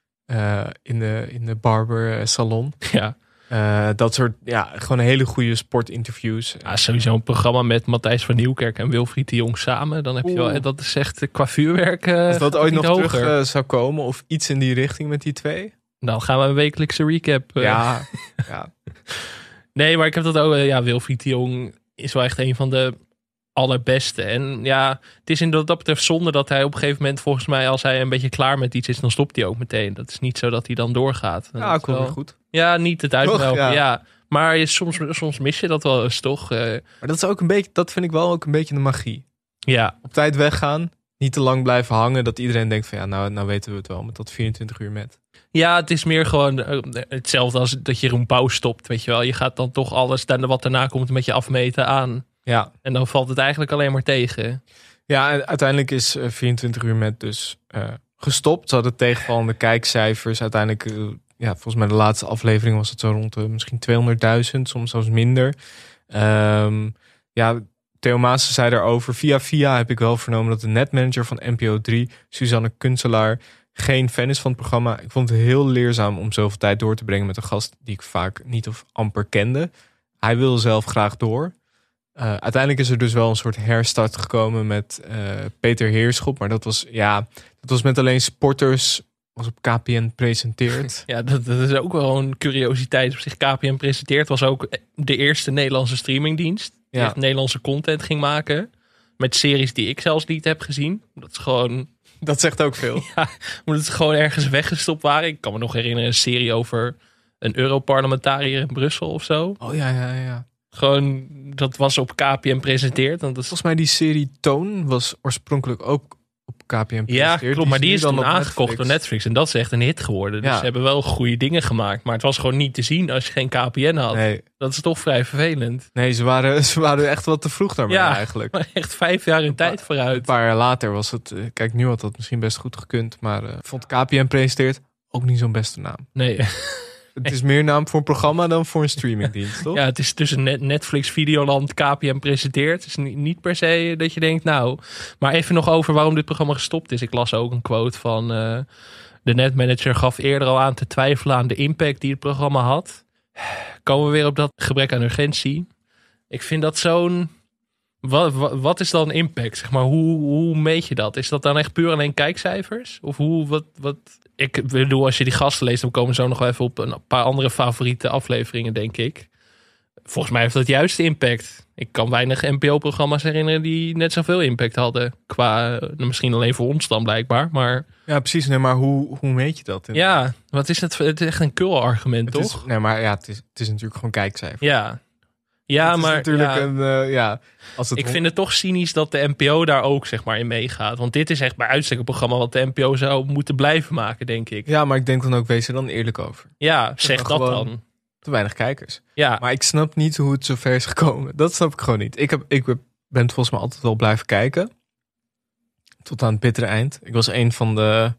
In de barber salon. Ja. Dat soort, gewoon hele goede sportinterviews. Sowieso een programma met Matthijs van Nieuwkerk en Wilfried de Jong samen. Dan heb je wel, dat is echt qua vuurwerk. Als dat ooit nog terug zou komen of iets in die richting met die twee. Dan gaan we een wekelijkse recap. Ja. Nee, maar ik heb dat ook. Wilfried de Jong is wel echt een van de allerbeste. En ja, het is in dat betreft zonde dat hij op een gegeven moment, volgens mij, als hij een beetje klaar met iets is, dan stopt hij ook meteen. Dat is niet zo dat hij dan doorgaat. Ja, ook wel goed. Ja, niet het uitmelken. Ja. Ja. Maar soms mis je dat wel eens, toch? Maar dat is ook een beetje, dat vind ik wel ook een beetje de magie. Ja. Op tijd weggaan, niet te lang blijven hangen, dat iedereen denkt van nou weten we het wel met dat 24 uur met. Ja, het is meer gewoon hetzelfde als dat je een pauw stopt, weet je wel. Je gaat dan toch alles, wat daarna komt, met je afmeten aan. Ja. En dan valt het eigenlijk alleen maar tegen. Ja, en uiteindelijk is 24 uur met dus gestopt. Ze hadden tegenvallende kijkcijfers. Uiteindelijk, volgens mij de laatste aflevering was het zo rond misschien 200.000, soms zelfs minder. Theo Maassen zei daarover. Via heb ik wel vernomen dat de netmanager van NPO 3, Suzanne Kunselaar, geen fan is van het programma. Ik vond het heel leerzaam om zoveel tijd door te brengen met een gast die ik vaak niet of amper kende. Hij wil zelf graag door. Uiteindelijk is er dus wel een soort herstart gekomen met Peter Heerschop. Maar dat was met alleen sporters, was op KPN presenteerd. Ja, dat is ook wel een curiositeit op zich. KPN presenteerd was ook de eerste Nederlandse streamingdienst. Die echt Nederlandse content ging maken. Met series die ik zelfs niet heb gezien. Dat is gewoon... Dat zegt ook veel. Ja, omdat het gewoon ergens weggestopt waren. Ik kan me nog herinneren een serie over een Europarlementariër in Brussel of zo. Oh ja. Gewoon, dat was op KPN presenteerd. Volgens mij die serie Toon was oorspronkelijk ook op KPN presenteerd. Ja, klopt, maar die is dan aangekocht Netflix. door Netflix. En dat is echt een hit geworden. Dus Ja. ze hebben wel goede dingen gemaakt. Maar het was gewoon niet te zien als je geen KPN had. Nee. Dat is toch vrij vervelend. Nee, ze waren echt wat te vroeg daarmee eigenlijk. Maar echt 5 jaar in tijd vooruit. Een paar jaar later was het... kijk, nu had dat misschien best goed gekund. Maar vond KPN presenteert ook niet zo'n beste naam. Nee. Het is meer naam voor een programma dan voor een streamingdienst, toch? Ja, het is tussen Netflix, Videoland, KPN presenteert. Het is niet per se dat je denkt, nou... Maar even nog over waarom dit programma gestopt is. Ik las ook een quote van... de netmanager gaf eerder al aan te twijfelen aan de impact die het programma had. Komen we weer op dat gebrek aan urgentie. Ik vind dat zo'n... Wat is dan impact? Zeg maar, hoe meet je dat? Is dat dan echt puur alleen kijkcijfers? Of wat? Ik bedoel, als je die gasten leest, dan komen we zo nog wel even op een paar andere favoriete afleveringen, denk ik. Volgens mij heeft dat juist impact. Ik kan weinig NPO-programma's herinneren die net zoveel impact hadden. Qua, misschien alleen voor ons dan blijkbaar, maar... Ja, precies. Nee, maar hoe meet je dat? Ja, wat is het? Het is echt een kul-argument, toch? Het is natuurlijk gewoon kijkcijfer. Ja, het maar... is natuurlijk ik vind het toch cynisch dat de NPO daar ook zeg maar in meegaat. Want dit is echt bij uitstek een programma wat de NPO zou moeten blijven maken, denk ik. Ja, maar ik denk dan ook, wees er dan eerlijk over. Ja, zeg dat dan. Te weinig kijkers. Ja. Maar ik snap niet hoe het zover is gekomen. Dat snap ik gewoon niet. Ik ben volgens mij altijd wel blijven kijken. Tot aan het bittere eind. Ik was een van de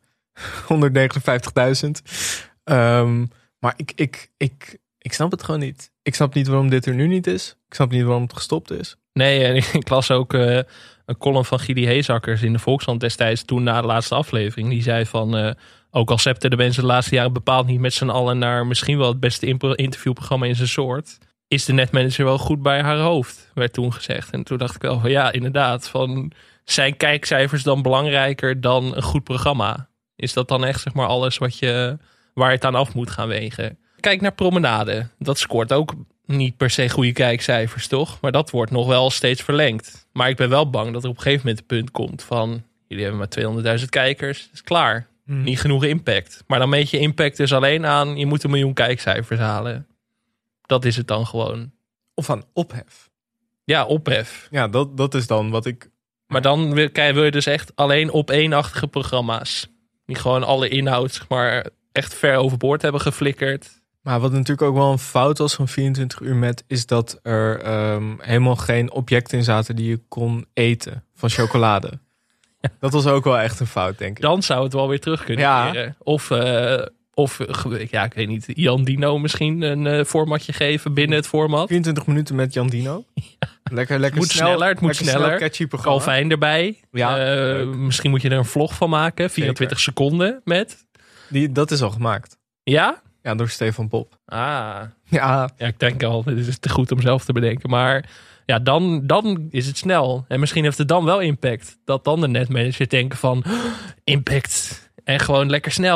159.000. Maar ik snap het gewoon niet. Ik snap niet waarom dit er nu niet is. Ik snap niet waarom het gestopt is. Nee, en ik las ook een column van Gidi Heesakkers in de Volkskrant destijds, toen na de laatste aflevering. Die zei van, ook al zepten de mensen de laatste jaren bepaald niet met z'n allen naar misschien wel het beste interviewprogramma in zijn soort, is de netmanager wel goed bij haar hoofd, werd toen gezegd. En toen dacht ik wel van ja, inderdaad, van zijn kijkcijfers dan belangrijker dan een goed programma? Is dat dan echt zeg maar alles waar je het aan af moet gaan wegen? Kijk naar Promenade. Dat scoort ook niet per se goede kijkcijfers, toch? Maar dat wordt nog wel steeds verlengd. Maar ik ben wel bang dat er op een gegeven moment het punt komt van, jullie hebben maar 200.000 kijkers, dat is klaar. Niet genoeg impact. Maar dan meet je impact dus alleen aan, je moet 1 miljoen kijkcijfers halen. Dat is het dan gewoon. Of aan ophef. Ja, ophef. Ja, dat is dan wat ik... Maar dan wil je dus echt alleen op eenachtige programma's. Die gewoon alle inhoud zeg maar echt ver overboord hebben geflikkerd. Maar wat natuurlijk ook wel een fout was van 24 uur met, is dat er helemaal geen objecten in zaten die je kon eten van chocolade. Ja. Dat was ook wel echt een fout, denk ik. Dan zou het wel weer terug kunnen keren. Of ik weet niet, Jan Dino misschien een formatje geven binnen het format. 24 minuten met Jan Dino. Ja. Lekker het moet sneller. Het moet sneller. Catchy programma. Calvijn erbij. Ja, misschien moet je er een vlog van maken. 24 seconden met. Dat is al gemaakt. Ja? Ja, door Stefan Pop. Ja, ik denk al, dit is te goed om zelf te bedenken. Maar ja, dan is het snel. En misschien heeft het dan wel impact. Dat dan de netmanager denken van, impact. En gewoon lekker snel.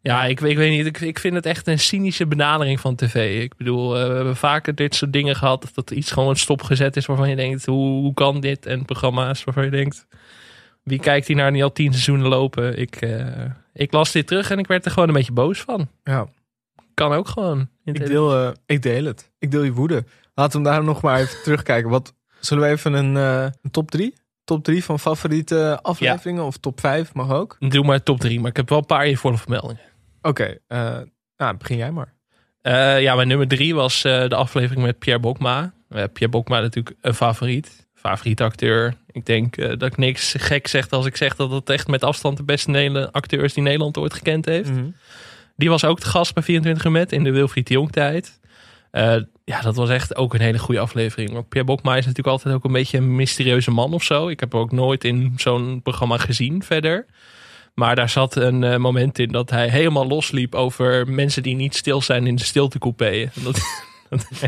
Ja, ik weet niet. Ik vind het echt een cynische benadering van tv. Ik bedoel, we hebben vaker dit soort dingen gehad. Dat iets gewoon stopgezet is waarvan je denkt, hoe kan dit? En programma's waarvan je denkt, wie kijkt hier naar die al 10 seizoenen lopen? Ik las dit terug en ik werd er gewoon een beetje boos van. Ja. Kan ook gewoon. Ik deel het. Ik deel je woede. Laten we daar nog maar even terugkijken. Zullen we even een top 3? Top 3 van favoriete afleveringen? Of top 5 mag ook? Doe maar top 3, maar ik heb wel een paar eervolle vermeldingen. Oké, begin jij maar. Mijn nummer 3 was de aflevering met Pierre Bokma. Pierre Bokma natuurlijk een favoriete acteur. Ik denk dat ik niks gek zeg als ik zeg dat het echt met afstand de beste acteur is die Nederland ooit gekend heeft. Mm-hmm. Die was ook te gast bij 24 uur met in de Wilfried de Jong tijd. Dat was echt ook een hele goede aflevering. Maar Pierre Bokma is natuurlijk altijd ook een beetje een mysterieuze man of zo. Ik heb hem ook nooit in zo'n programma gezien verder. Maar daar zat een moment in dat hij helemaal losliep over mensen die niet stil zijn in de stiltecoupé. Dat is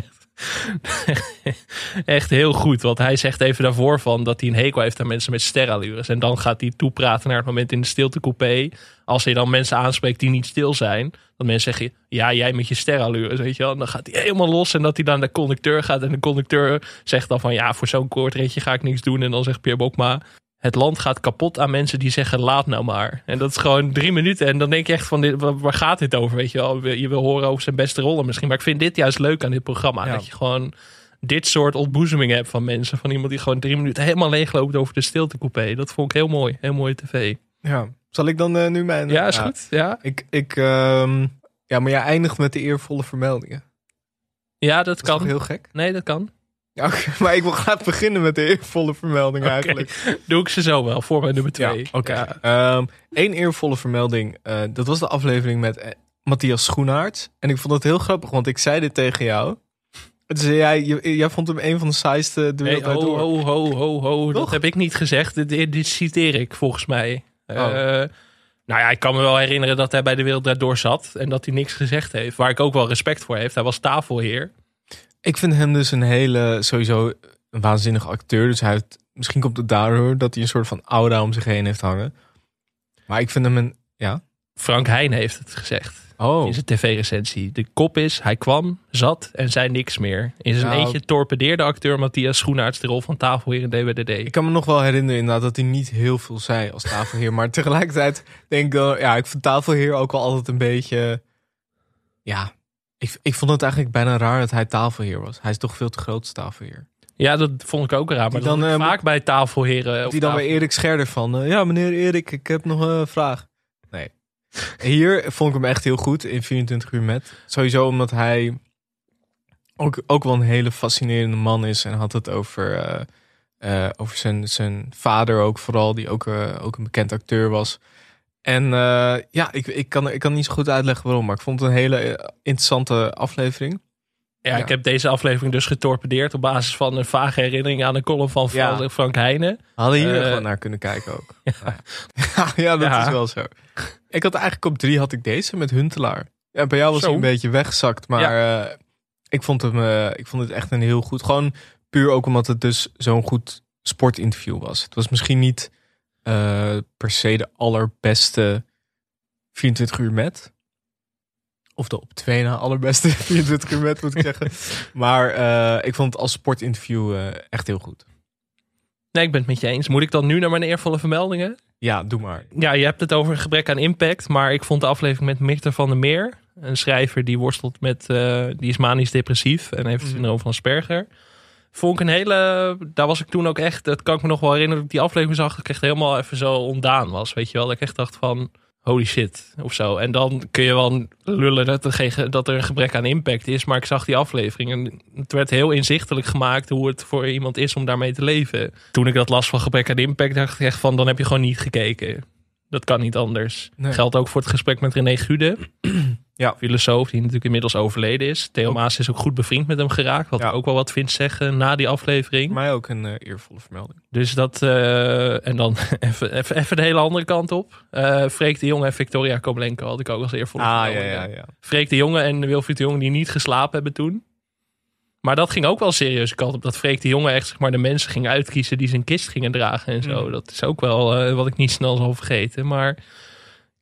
echt heel goed. Want hij zegt even daarvoor van dat hij een hekel heeft aan mensen met sterallures. En dan gaat hij toepraten naar het moment in de stiltecoupé. Als hij dan mensen aanspreekt die niet stil zijn. Dat mensen zeggen, ja, jij met je sterallures, weet je wel. En dan gaat hij helemaal los en dat hij dan naar de conducteur gaat. En de conducteur zegt dan van, ja, voor zo'n kort ritje ga ik niks doen. En dan zegt Pierre Bokma, het land gaat kapot aan mensen die zeggen, laat nou maar. En dat is gewoon 3 minuten. En dan denk je echt van, waar gaat dit over, weet je wel. Je wil horen over zijn beste rollen misschien. Maar ik vind dit juist leuk aan dit programma. Ja. Dat je gewoon dit soort ontboezemingen hebt van mensen. Van iemand die gewoon 3 minuten helemaal leegloopt over de stiltecoupé. Dat vond ik heel mooi. Heel mooie tv. Ja. Zal ik dan nu mijn... Ja, is goed. Ja. Maar jij eindigt met de eervolle vermeldingen. Ja, dat kan. Is toch heel gek? Nee, dat kan. Ja, maar ik wil graag beginnen met de eervolle vermelding eigenlijk. Doe ik ze zo wel, voor mijn nummer 2. Ja, oké. 1 eervolle vermelding. Dat was de aflevering met Matthias Schoenaerts. En ik vond het heel grappig, want ik zei dit tegen jou. Dus jij vond hem een van de saaiste de wereld uit door. Ho. Dat heb ik niet gezegd. Dit citeer ik volgens mij. Ik kan me wel herinneren dat hij bij de Wereld Draait Door zat. En dat hij niks gezegd heeft. Waar ik ook wel respect voor heeft. Hij was tafelheer. Ik vind hem dus sowieso een waanzinnige acteur. Dus misschien komt het daardoor dat hij een soort van aura om zich heen heeft hangen. Maar ik vind hem Frank Heijnen heeft het gezegd. In zijn tv-recensie. De kop is, hij kwam, zat en zei niks meer. In zijn eentje torpedeerde acteur Matthias Schoenaerts de rol van tafelheer in DWDD. Ik kan me nog wel herinneren inderdaad dat hij niet heel veel zei als tafelheer. Maar tegelijkertijd denk ik wel, ik vind tafelheer ook wel altijd een beetje... Ja, ik vond het eigenlijk bijna raar dat hij tafelheer was. Hij is toch veel te groot als tafelheer. Ja, dat vond ik ook raar. Maar dat dan vaak bij tafelheren... Die dan bij Erik Scherder van... ja, meneer Erik, ik heb nog een vraag. Nee. Hier vond ik hem echt heel goed in 24 uur met. Sowieso omdat hij ook wel een hele fascinerende man is. En had het over zijn vader ook vooral. Die ook een bekend acteur was. En ik kan niet zo goed uitleggen waarom. Maar ik vond het een hele interessante aflevering. Ja, ik heb deze aflevering dus getorpedeerd op basis van een vage herinnering aan de column van Frank Heijnen. Hadden hier gewoon naar kunnen kijken ook. Ja, dat is wel zo. Ik had eigenlijk op 3 had ik deze met Huntelaar. Ja, bij jou was hij een beetje weggezakt, maar ik vond het echt een heel goed. Gewoon puur ook omdat het dus zo'n goed sportinterview was. Het was misschien niet per se de allerbeste 24 uur met. Of de op 2 na allerbeste 24 uur met, moet ik zeggen. Maar ik vond het als sportinterview echt heel goed. Nee, ik ben het met je eens. Moet ik dan nu naar mijn eervolle vermeldingen? Ja, doe maar. Ja, je hebt het over een gebrek aan impact. Maar ik vond de aflevering met Mirte van der Meer. Een schrijver die worstelt met... die is manisch depressief en heeft het syndroom van Asperger. Vond ik een hele... Daar was ik toen ook echt... Dat kan ik me nog wel herinneren dat ik die aflevering zag. Dat ik echt helemaal even zo ontdaan was. Weet je wel? Dat ik echt dacht van... Holy shit, of zo. En dan kun je wel lullen dat er een gebrek aan impact is. Maar ik zag die aflevering en het werd heel inzichtelijk gemaakt hoe het voor iemand is om daarmee te leven. Toen ik dat las van gebrek aan impact, dacht ik echt van, dan heb je gewoon niet gekeken. Dat kan niet anders. Nee. Geldt ook voor het gesprek met René Gude. Ja. Filosoof die natuurlijk inmiddels overleden is. Theo Maas is ook goed bevriend met hem geraakt. Wat ik ook wel wat vind zeggen na die aflevering. Mij ook een eervolle vermelding. Dus dat... en dan even de hele andere kant op. Freek de Jonge en Victoria Komelenko had ik ook als eervolle vermelding. Ja. Freek de Jonge en Wilfried de Jong die niet geslapen hebben toen. Maar dat ging ook wel serieuze kant op. Dat Freek de Jonge echt de mensen ging uitkiezen die zijn kist gingen dragen en zo. Dat is ook wel wat ik niet snel zal vergeten. Maar...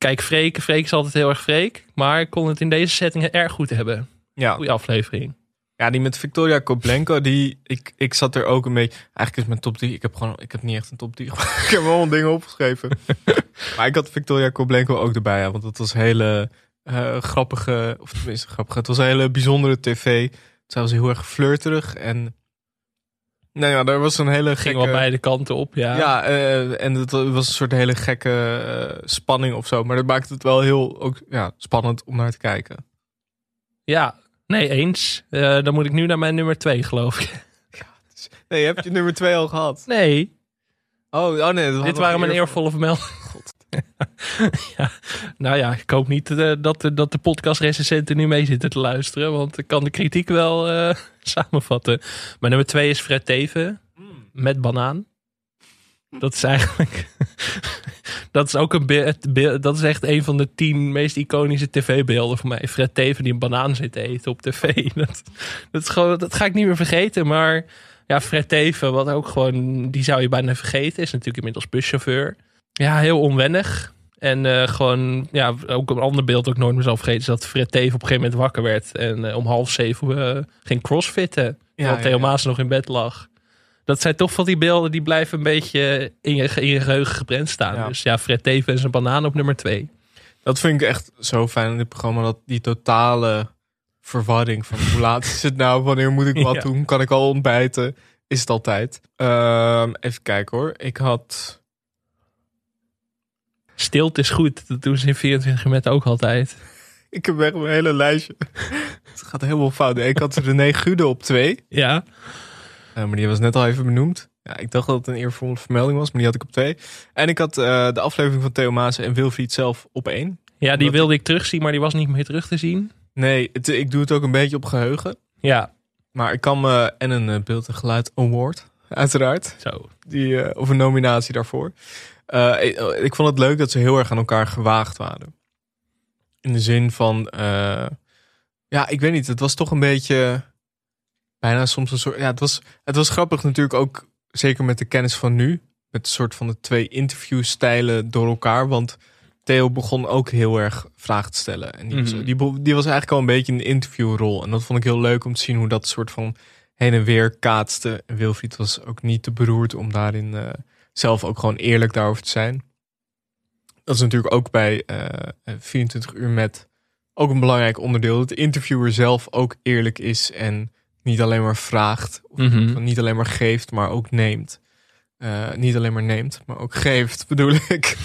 Kijk, Freek is altijd heel erg Freek. Maar ik kon het in deze setting erg goed hebben. Ja. Goeie aflevering. Ja, die met Victoria Koblenko, ik zat er ook een beetje... Eigenlijk is mijn top 3... Ik heb niet echt een top 3. Ik heb wel dingen opgeschreven. Maar ik had Victoria Koblenko ook erbij. Ja, want het was hele grappige... Of tenminste grappige. Het was een hele bijzondere tv. Zij was heel erg flirterig. En nou ja, daar was een hele gekke... Ging wel beide kanten op, ja. Ja, en het was een soort hele gekke spanning of zo. Maar dat maakte het wel heel ook, spannend om naar te kijken. Ja, nee, eens. Dan moet ik nu naar mijn nummer 2, geloof ik. Nee, heb je nummer 2 al gehad? Nee. Oh nee. Dit waren mijn eervolle vermeldingen. God. Ja, nou ja, ik hoop niet dat de podcastrecensenten nu mee zitten te luisteren. Want ik kan de kritiek wel samenvatten. Mijn nummer 2 is Fred Teven. Met banaan. Dat is eigenlijk... Dat is ook dat is echt een van de 10 meest iconische tv-beelden voor mij. Fred Teven die een banaan zit te eten op tv. Dat ga ik niet meer vergeten. Maar ja, Fred Teven, wat ook gewoon... Die zou je bijna vergeten. Is natuurlijk inmiddels buschauffeur. Ja, heel onwennig. En gewoon... Ja, ook een ander beeld dat ik nooit meer zal vergeten... is dat Fred Teven op een gegeven moment wakker werd. En om 6:30 ging crossfitten. Terwijl Theo Maas nog in bed lag. Dat zijn toch van die beelden die blijven een beetje in je geheugen geprent staan. Ja. Dus ja, Fred Teven en zijn banaan op nummer 2. Dat vind ik echt zo fijn in dit programma. Dat die totale verwarring van hoe laat is het nou? Wanneer moet ik wat doen? Kan ik al ontbijten? Is het altijd. Even kijken hoor. Ik had... Stilte is goed. Dat doen ze in 24 met ook altijd. Ik heb echt een hele lijstje. Het gaat helemaal fout. Ik had René Gude op 2. Ja. Maar die was net al even benoemd. Ja, ik dacht dat het een eervolle vermelding was, maar die had ik op 2. En ik had de aflevering van Theo Maas en Wilfried zelf op 1. Ja, die wilde ik terugzien, maar die was niet meer terug te zien. Nee, ik doe het ook een beetje op geheugen. Ja. Maar ik kan me... En een beeld en geluid award, uiteraard. Zo. Of een nominatie daarvoor. Ik vond het leuk dat ze heel erg aan elkaar gewaagd waren. In de zin van... ja, ik weet niet. Het was toch een beetje... Bijna soms een soort... Ja, het was grappig natuurlijk ook... Zeker met de kennis van nu. Met een soort van de 2 interviewstijlen door elkaar. Want Theo begon ook heel erg vragen te stellen. En die was eigenlijk al een beetje in de interviewrol. En dat vond ik heel leuk om te zien hoe dat soort van heen en weer kaatste. En Wilfried was ook niet te beroerd om daarin zelf ook gewoon eerlijk daarover te zijn. Dat is natuurlijk ook bij 24 uur met ook een belangrijk onderdeel. Dat de interviewer zelf ook eerlijk is en niet alleen maar vraagt. Of niet alleen maar geeft, maar ook neemt. Niet alleen maar neemt, maar ook geeft, bedoel ik.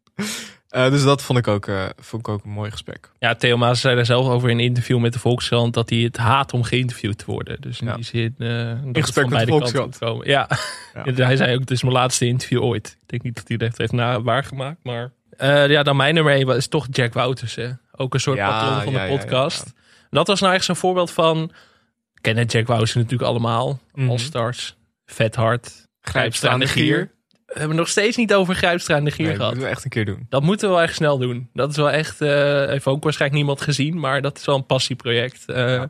Dus dat vond ik ook een mooi gesprek. Ja, Theo Maas zei daar zelf over in een interview met de Volkskrant... dat hij het haat om geïnterviewd te worden. Dus in die zin... in gesprek met de Volkskrant. Ja. Hij zei ook, het is mijn laatste interview ooit. Ik denk niet dat hij dat heeft waargemaakt, maar... dan mijn nummer 1 is toch Jack Wouters. Hè? Ook een soort patron van de podcast. Ja. Dat was nou echt zo'n voorbeeld van... Kennen Jack Wouters natuurlijk allemaal. All-Stars, Vet Hart, Grijpstra en de Gier. We hebben nog steeds niet over Grijpstra en de Gier gehad. Dat moeten we echt een keer doen. Dat moeten we wel echt snel doen. Dat is wel echt... heeft ook waarschijnlijk niemand gezien. Maar dat is wel een passieproject.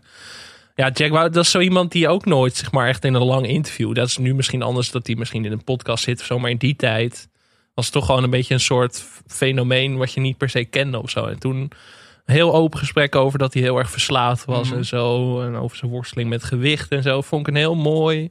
Ja, Jack Wouters, dat is zo iemand die ook nooit zeg maar echt in een lang interview... Dat is nu misschien anders dat hij misschien in een podcast zit of zo. Maar in die tijd was het toch gewoon een beetje een soort fenomeen... wat je niet per se kende of zo. En toen... Een heel open gesprek over dat hij heel erg verslaafd was en zo. En over zijn worsteling met gewicht en zo. Vond ik een heel mooi,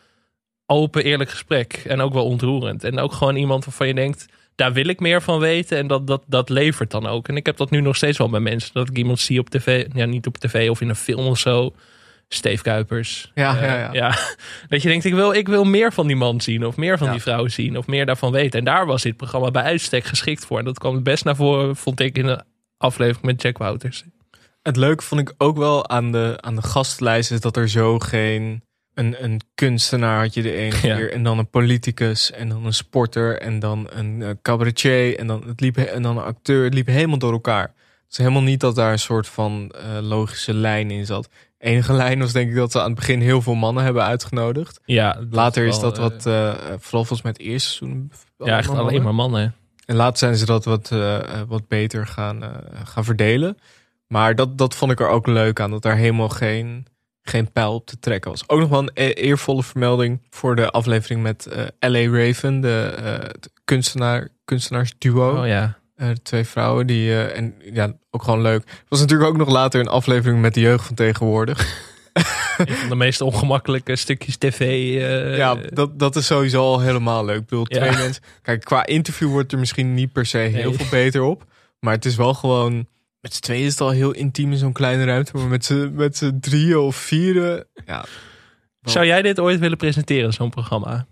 open, eerlijk gesprek. En ook wel ontroerend. En ook gewoon iemand waarvan je denkt, daar wil ik meer van weten. En dat levert dan ook. En ik heb dat nu nog steeds wel bij mensen. Dat ik iemand zie op tv, ja niet op tv of in een film of zo. Steve Kuipers. Ja. Dat je denkt, ik wil meer van die man zien. Of meer van die vrouw zien. Of meer daarvan weten. En daar was dit programma bij uitstek geschikt voor. En dat kwam het best naar voren, vond ik, in de aflevering met Jack Wouters. Het leuke vond ik ook wel aan de gastlijst is dat er zo geen... Een kunstenaar had je de ene keer. En dan een politicus. En dan een sporter. En dan een cabaretier. En dan een acteur. Het liep helemaal door elkaar. Het is helemaal niet dat daar een soort van logische lijn in zat. De enige lijn was denk ik dat ze aan het begin heel veel mannen hebben uitgenodigd. Ja, later is dat wat... vooral volgens mij het eerste seizoen. Ja, echt alleen maar mannen. En later zijn ze dat wat beter gaan verdelen. Maar dat vond ik er ook leuk aan. Dat daar helemaal geen pijl op te trekken was. Ook nog wel een eervolle vermelding voor de aflevering met L.A. Raven. De kunstenaarsduo. Oh ja. De 2 vrouwen die... en ja, ook gewoon leuk. Het was natuurlijk ook nog later een aflevering met de jeugd van tegenwoordig. Een van de meest ongemakkelijke stukjes tv. Ja, dat is sowieso al helemaal leuk. Ik bedoel, 2 mensen... Kijk, qua interview wordt er misschien niet per se heel veel beter op. Maar het is wel gewoon... Met z'n 2 is het al heel intiem in zo'n kleine ruimte. Maar met z'n 3 of 4... Ja. Zou jij dit ooit willen presenteren, zo'n programma?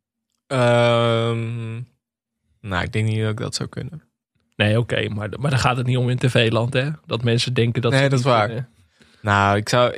Nou, ik denk niet dat ik dat zou kunnen. Nee, oké, maar daar gaat het niet om in tv-land, hè? Dat mensen denken dat... Nee, ze dat is niet waar. kunnen. Nou, ik zou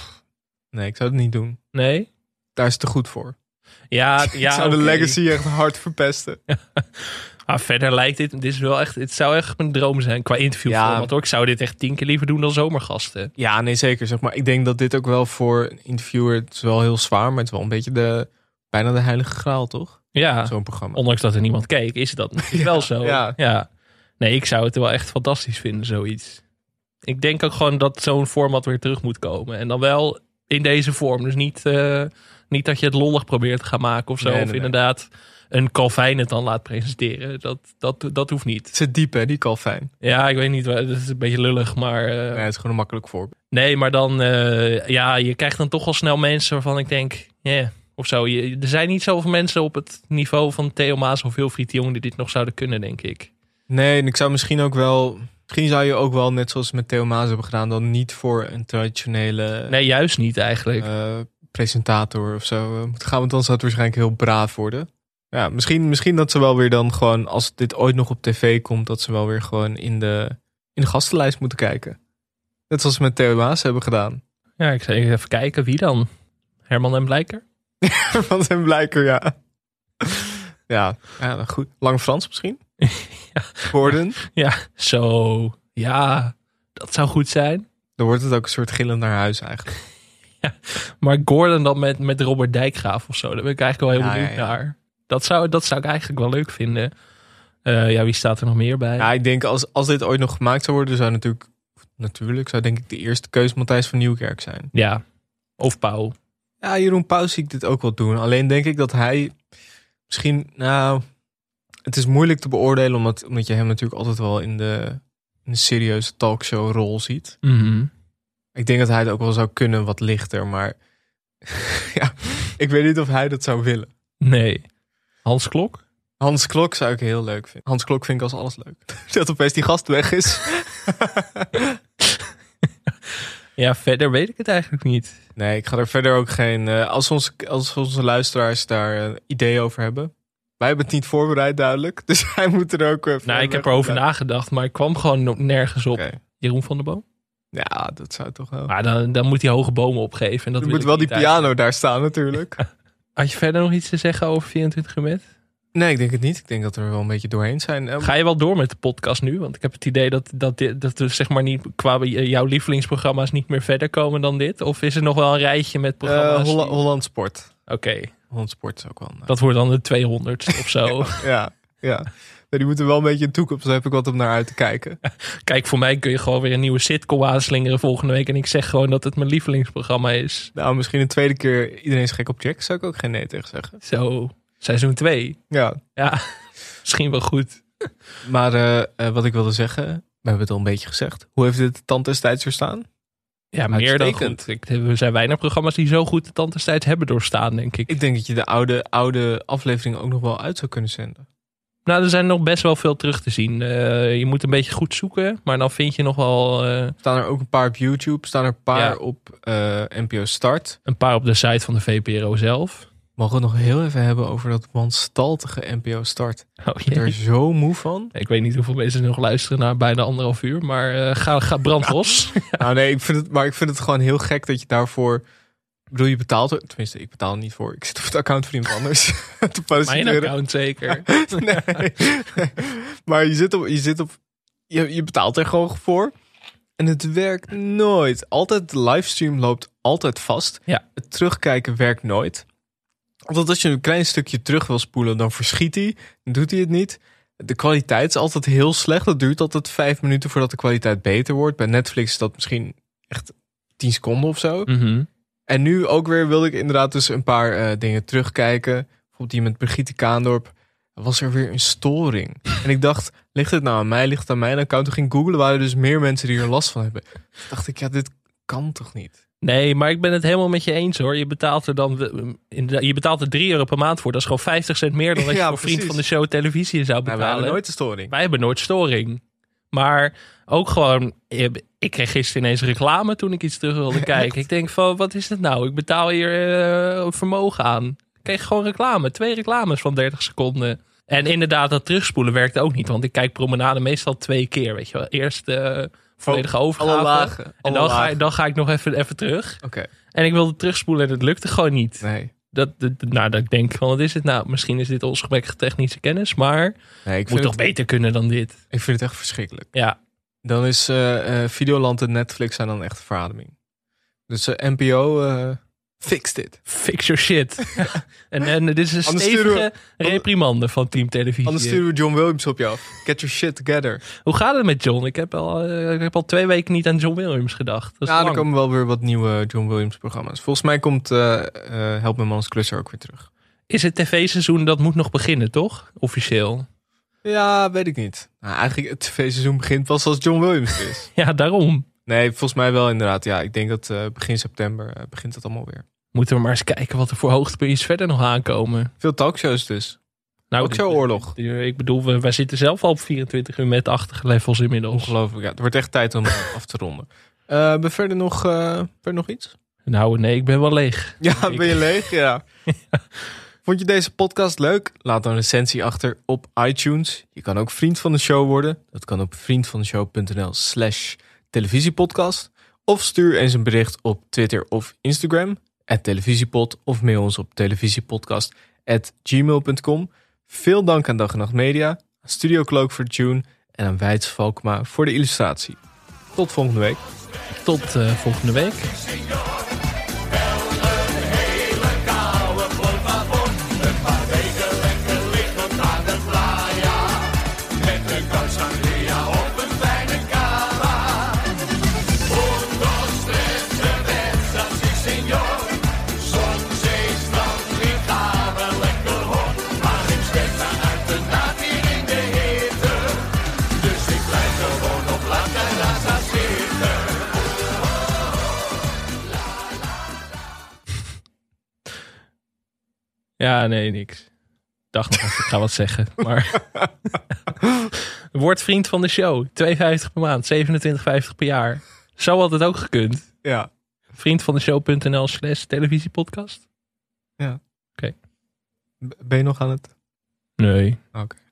het niet doen. Nee? Daar is het te goed voor. Ja, ik zou de legacy echt hard verpesten. Maar verder lijkt dit is wel echt... Het zou echt mijn droom zijn qua interviewformat, hoor. Ik zou dit echt 10 keer liever doen dan zomergasten. Ja, nee, zeker. Zeg maar, ik denk dat dit ook wel voor een interviewer... Het is wel heel zwaar, maar het is wel een beetje bijna de heilige graal, toch? Ja, zo'n programma. Ondanks dat er niemand keek, is dat natuurlijk wel zo. Ja. Nee, ik zou het wel echt fantastisch vinden, zoiets. Ik denk ook gewoon dat zo'n format weer terug moet komen. En dan wel in deze vorm. Dus niet dat je het lollig probeert te gaan maken of zo. Nee, of inderdaad een Calvijn het dan laat presenteren. Dat hoeft niet. Het zit diep, hè, die Calvijn. Ja, ik weet niet. Dat is een beetje lullig, maar... nee, het is gewoon een makkelijk voorbeeld. Nee, maar dan... je krijgt dan toch al snel mensen waarvan ik denk... of zo. Er zijn niet zoveel mensen op het niveau van Theo Maas of Wilfried de Jong die dit nog zouden kunnen, denk ik. Nee, en ik zou misschien ook wel... Misschien zou je ook wel, net zoals met Theo Maas hebben gedaan... dan niet voor een traditionele... Nee, juist niet eigenlijk. Presentator of zo moeten gaan. Want dan zou het waarschijnlijk heel braaf worden. Ja, misschien dat ze wel weer dan gewoon... Als dit ooit nog op tv komt... dat ze wel weer gewoon in de gastenlijst moeten kijken. Net zoals ze met Theo Maas hebben gedaan. Ja, ik zou even kijken. Wie dan? Herman en Blijker? Herman en Blijker, ja. Ja, goed. Lange Frans misschien? Ja. Gordon? Ja, zo. Ja, dat zou goed zijn. Dan wordt het ook een soort gillend naar huis eigenlijk. Ja, maar Gordon dan met Robert Dijkgraaf of zo. Daar ben ik eigenlijk wel heel benieuwd naar. Dat zou ik eigenlijk wel leuk vinden. Wie staat er nog meer bij? Ja, ik denk als dit ooit nog gemaakt zou worden... zou natuurlijk denk ik de eerste keus Matthijs van Nieuwkerk zijn. Ja, of Pauw. Ja, Jeroen Pauw zie ik dit ook wel doen. Alleen denk ik dat hij misschien... Nou, het is moeilijk te beoordelen... omdat je hem natuurlijk altijd wel in de serieuze talkshow rol ziet. Mm-hmm. Ik denk dat hij het ook wel zou kunnen wat lichter. Maar ja, ik weet niet of hij dat zou willen. Nee. Hans Klok? Hans Klok zou ik heel leuk vinden. Hans Klok vind ik als alles leuk. Dat opeens die gast weg is. Ja, verder weet ik het eigenlijk niet. Nee, ik ga er verder ook geen... Als onze luisteraars daar ideeën over hebben... Wij hebben het niet voorbereid duidelijk. Dus hij moet er ook... ik heb erover nagedacht, maar ik kwam gewoon nergens op. Okay. Jeroen van der Boom? Ja, dat zou toch wel... Maar dan moet hij hoge bomen opgeven. En dat moet wel die piano daar staan natuurlijk. Had je verder nog iets te zeggen over 24 uur met? Nee, ik denk het niet. Ik denk dat we er wel een beetje doorheen zijn. Ga je wel door met de podcast nu? Want ik heb het idee dat we zeg maar niet qua jouw lievelingsprogramma's niet meer verder komen dan dit. Of is er nog wel een rijtje met programma's? Holland Sport. Oké. Holland Sport is ook wel... Dat wordt dan de 200 of zo. Ja. Die moeten wel een beetje in toekomst. Daar heb ik wat om naar uit te kijken. Kijk, voor mij kun je gewoon weer een nieuwe sitcom aanslingeren volgende week. En ik zeg gewoon dat het mijn lievelingsprogramma is. Nou, misschien een tweede keer Iedereen is gek op Jack. Zou ik ook geen nee tegen zeggen. Zo, seizoen 2. Ja, misschien wel goed. Maar wat ik wilde zeggen, we hebben het al een beetje gezegd. Hoe heeft dit de tand destijds doorstaan? Ja, meer dan goed. Er zijn weinig programma's die zo goed de tand destijds hebben doorstaan, denk ik. Ik denk dat je de oude afleveringen ook nog wel uit zou kunnen zenden. Nou, er zijn nog best wel veel terug te zien. Je moet een beetje goed zoeken, maar dan vind je nog wel... Staan er ook een paar op YouTube, staan er een paar op NPO Start. Een paar op de site van de VPRO zelf. Mogen we het nog heel even hebben over dat wanstaltige NPO Start. Ik ben er zo moe van. Ik weet niet hoeveel mensen nog luisteren naar bijna 1,5 uur, maar ga brand los. Nou nee, ik vind het gewoon heel gek dat je daarvoor... Ik bedoel, je betaalt er... Tenminste, ik betaal er niet voor. Ik zit op het account van iemand anders te Mijn account zeker. Nee. Maar je betaalt er gewoon voor. En het werkt nooit. Altijd de livestream loopt altijd vast. Ja. Het terugkijken werkt nooit. Want als je een klein stukje terug wil spoelen, dan verschiet hij. Dan doet hij het niet. De kwaliteit is altijd heel slecht. Dat duurt altijd 5 minuten voordat de kwaliteit beter wordt. Bij Netflix is dat misschien echt 10 seconden of zo. Mm-hmm. En nu ook weer wilde ik inderdaad dus een paar dingen terugkijken. Bijvoorbeeld die met Brigitte Kaandorp was er weer een storing. En ik dacht, ligt het nou aan mij? Ligt het aan mijn account? Toen ging googlen, waren er dus meer mensen die er last van hebben. Toen dacht ik, ja, dit kan toch niet? Nee, maar ik ben het helemaal met je eens hoor. Je betaalt er je betaalt er €3 per maand voor. Dat is gewoon 50 cent meer dan dat je voor Vriend van de Show televisie zou betalen. Wij hebben nooit de storing. Wij hebben nooit storing. Maar ook gewoon, ik kreeg gisteren ineens reclame toen ik iets terug wilde kijken. Ik denk van, wat is het nou? Ik betaal hier vermogen aan. Ik kreeg gewoon reclame. 2 reclames van 30 seconden. En inderdaad, dat terugspoelen werkte ook niet. Want ik kijk Promenade meestal 2 keer. Weet je wel. Eerst volledige overgave. Alle lagen. En dan ga ik nog even terug. Okay. En ik wilde terugspoelen en het lukte gewoon niet. Nee. Dat ik denk van, wat is het nou? Misschien is dit onze gebrekkige technische kennis. Maar het moet toch beter kunnen dan dit. Ik vind het echt verschrikkelijk. Ja. Dan is Videoland en Netflix zijn dan echt een verademing. Dus NPO... Fix dit. Fix your shit. en dit is een stevige reprimande van Team Televisie. Anders sturen we John Williams op je af. Get your shit together. Hoe gaat het met John? Ik heb al 2 weken niet aan John Williams gedacht. Er komen wel weer wat nieuwe John Williams programma's. Volgens mij komt Help Mijn Mans Klusser ook weer terug. Is het tv-seizoen, dat moet nog beginnen, toch? Officieel. Ja, weet ik niet. Nou, eigenlijk het tv-seizoen begint pas als John Williams is. Ja, daarom. Nee, volgens mij wel inderdaad. Ja, ik denk dat begin september begint het allemaal weer. Moeten we maar eens kijken wat er voor hoogtepuntjes verder nog aankomen. Veel talkshows dus. Nou, Talkshow-oorlog. Ik bedoel, wij zitten zelf al op 24 uur met achtige levels inmiddels. Ongelooflijk, ja. Het wordt echt tijd om af te ronden. Verder nog iets? Nou, nee, ik ben wel leeg. Ja, ben je leeg? Ja. Vond je deze podcast leuk? Laat een recensie achter op iTunes. Je kan ook vriend van de show worden. Dat kan op vriendvandeshow.nl/televisiepodcast. Of stuur eens een bericht op Twitter of Instagram @televisiepod of mail ons op televisiepodcast@gmail.com. Veel dank aan Dag en Nacht Media, aan Studio Cloak voor de tune en aan Weits Valkma voor de illustratie. Tot volgende week. Tot volgende week. Ja, nee, niks. Ik dacht nog even, ik ga wat zeggen. Maar word vriend van de show. €2,50 per maand, €27,50 per jaar. Zo had het ook gekund. Ja. Vriendvandeshow.nl/televisiepodcast. Ja. Oké. Ben je nog aan het? Nee. Oké.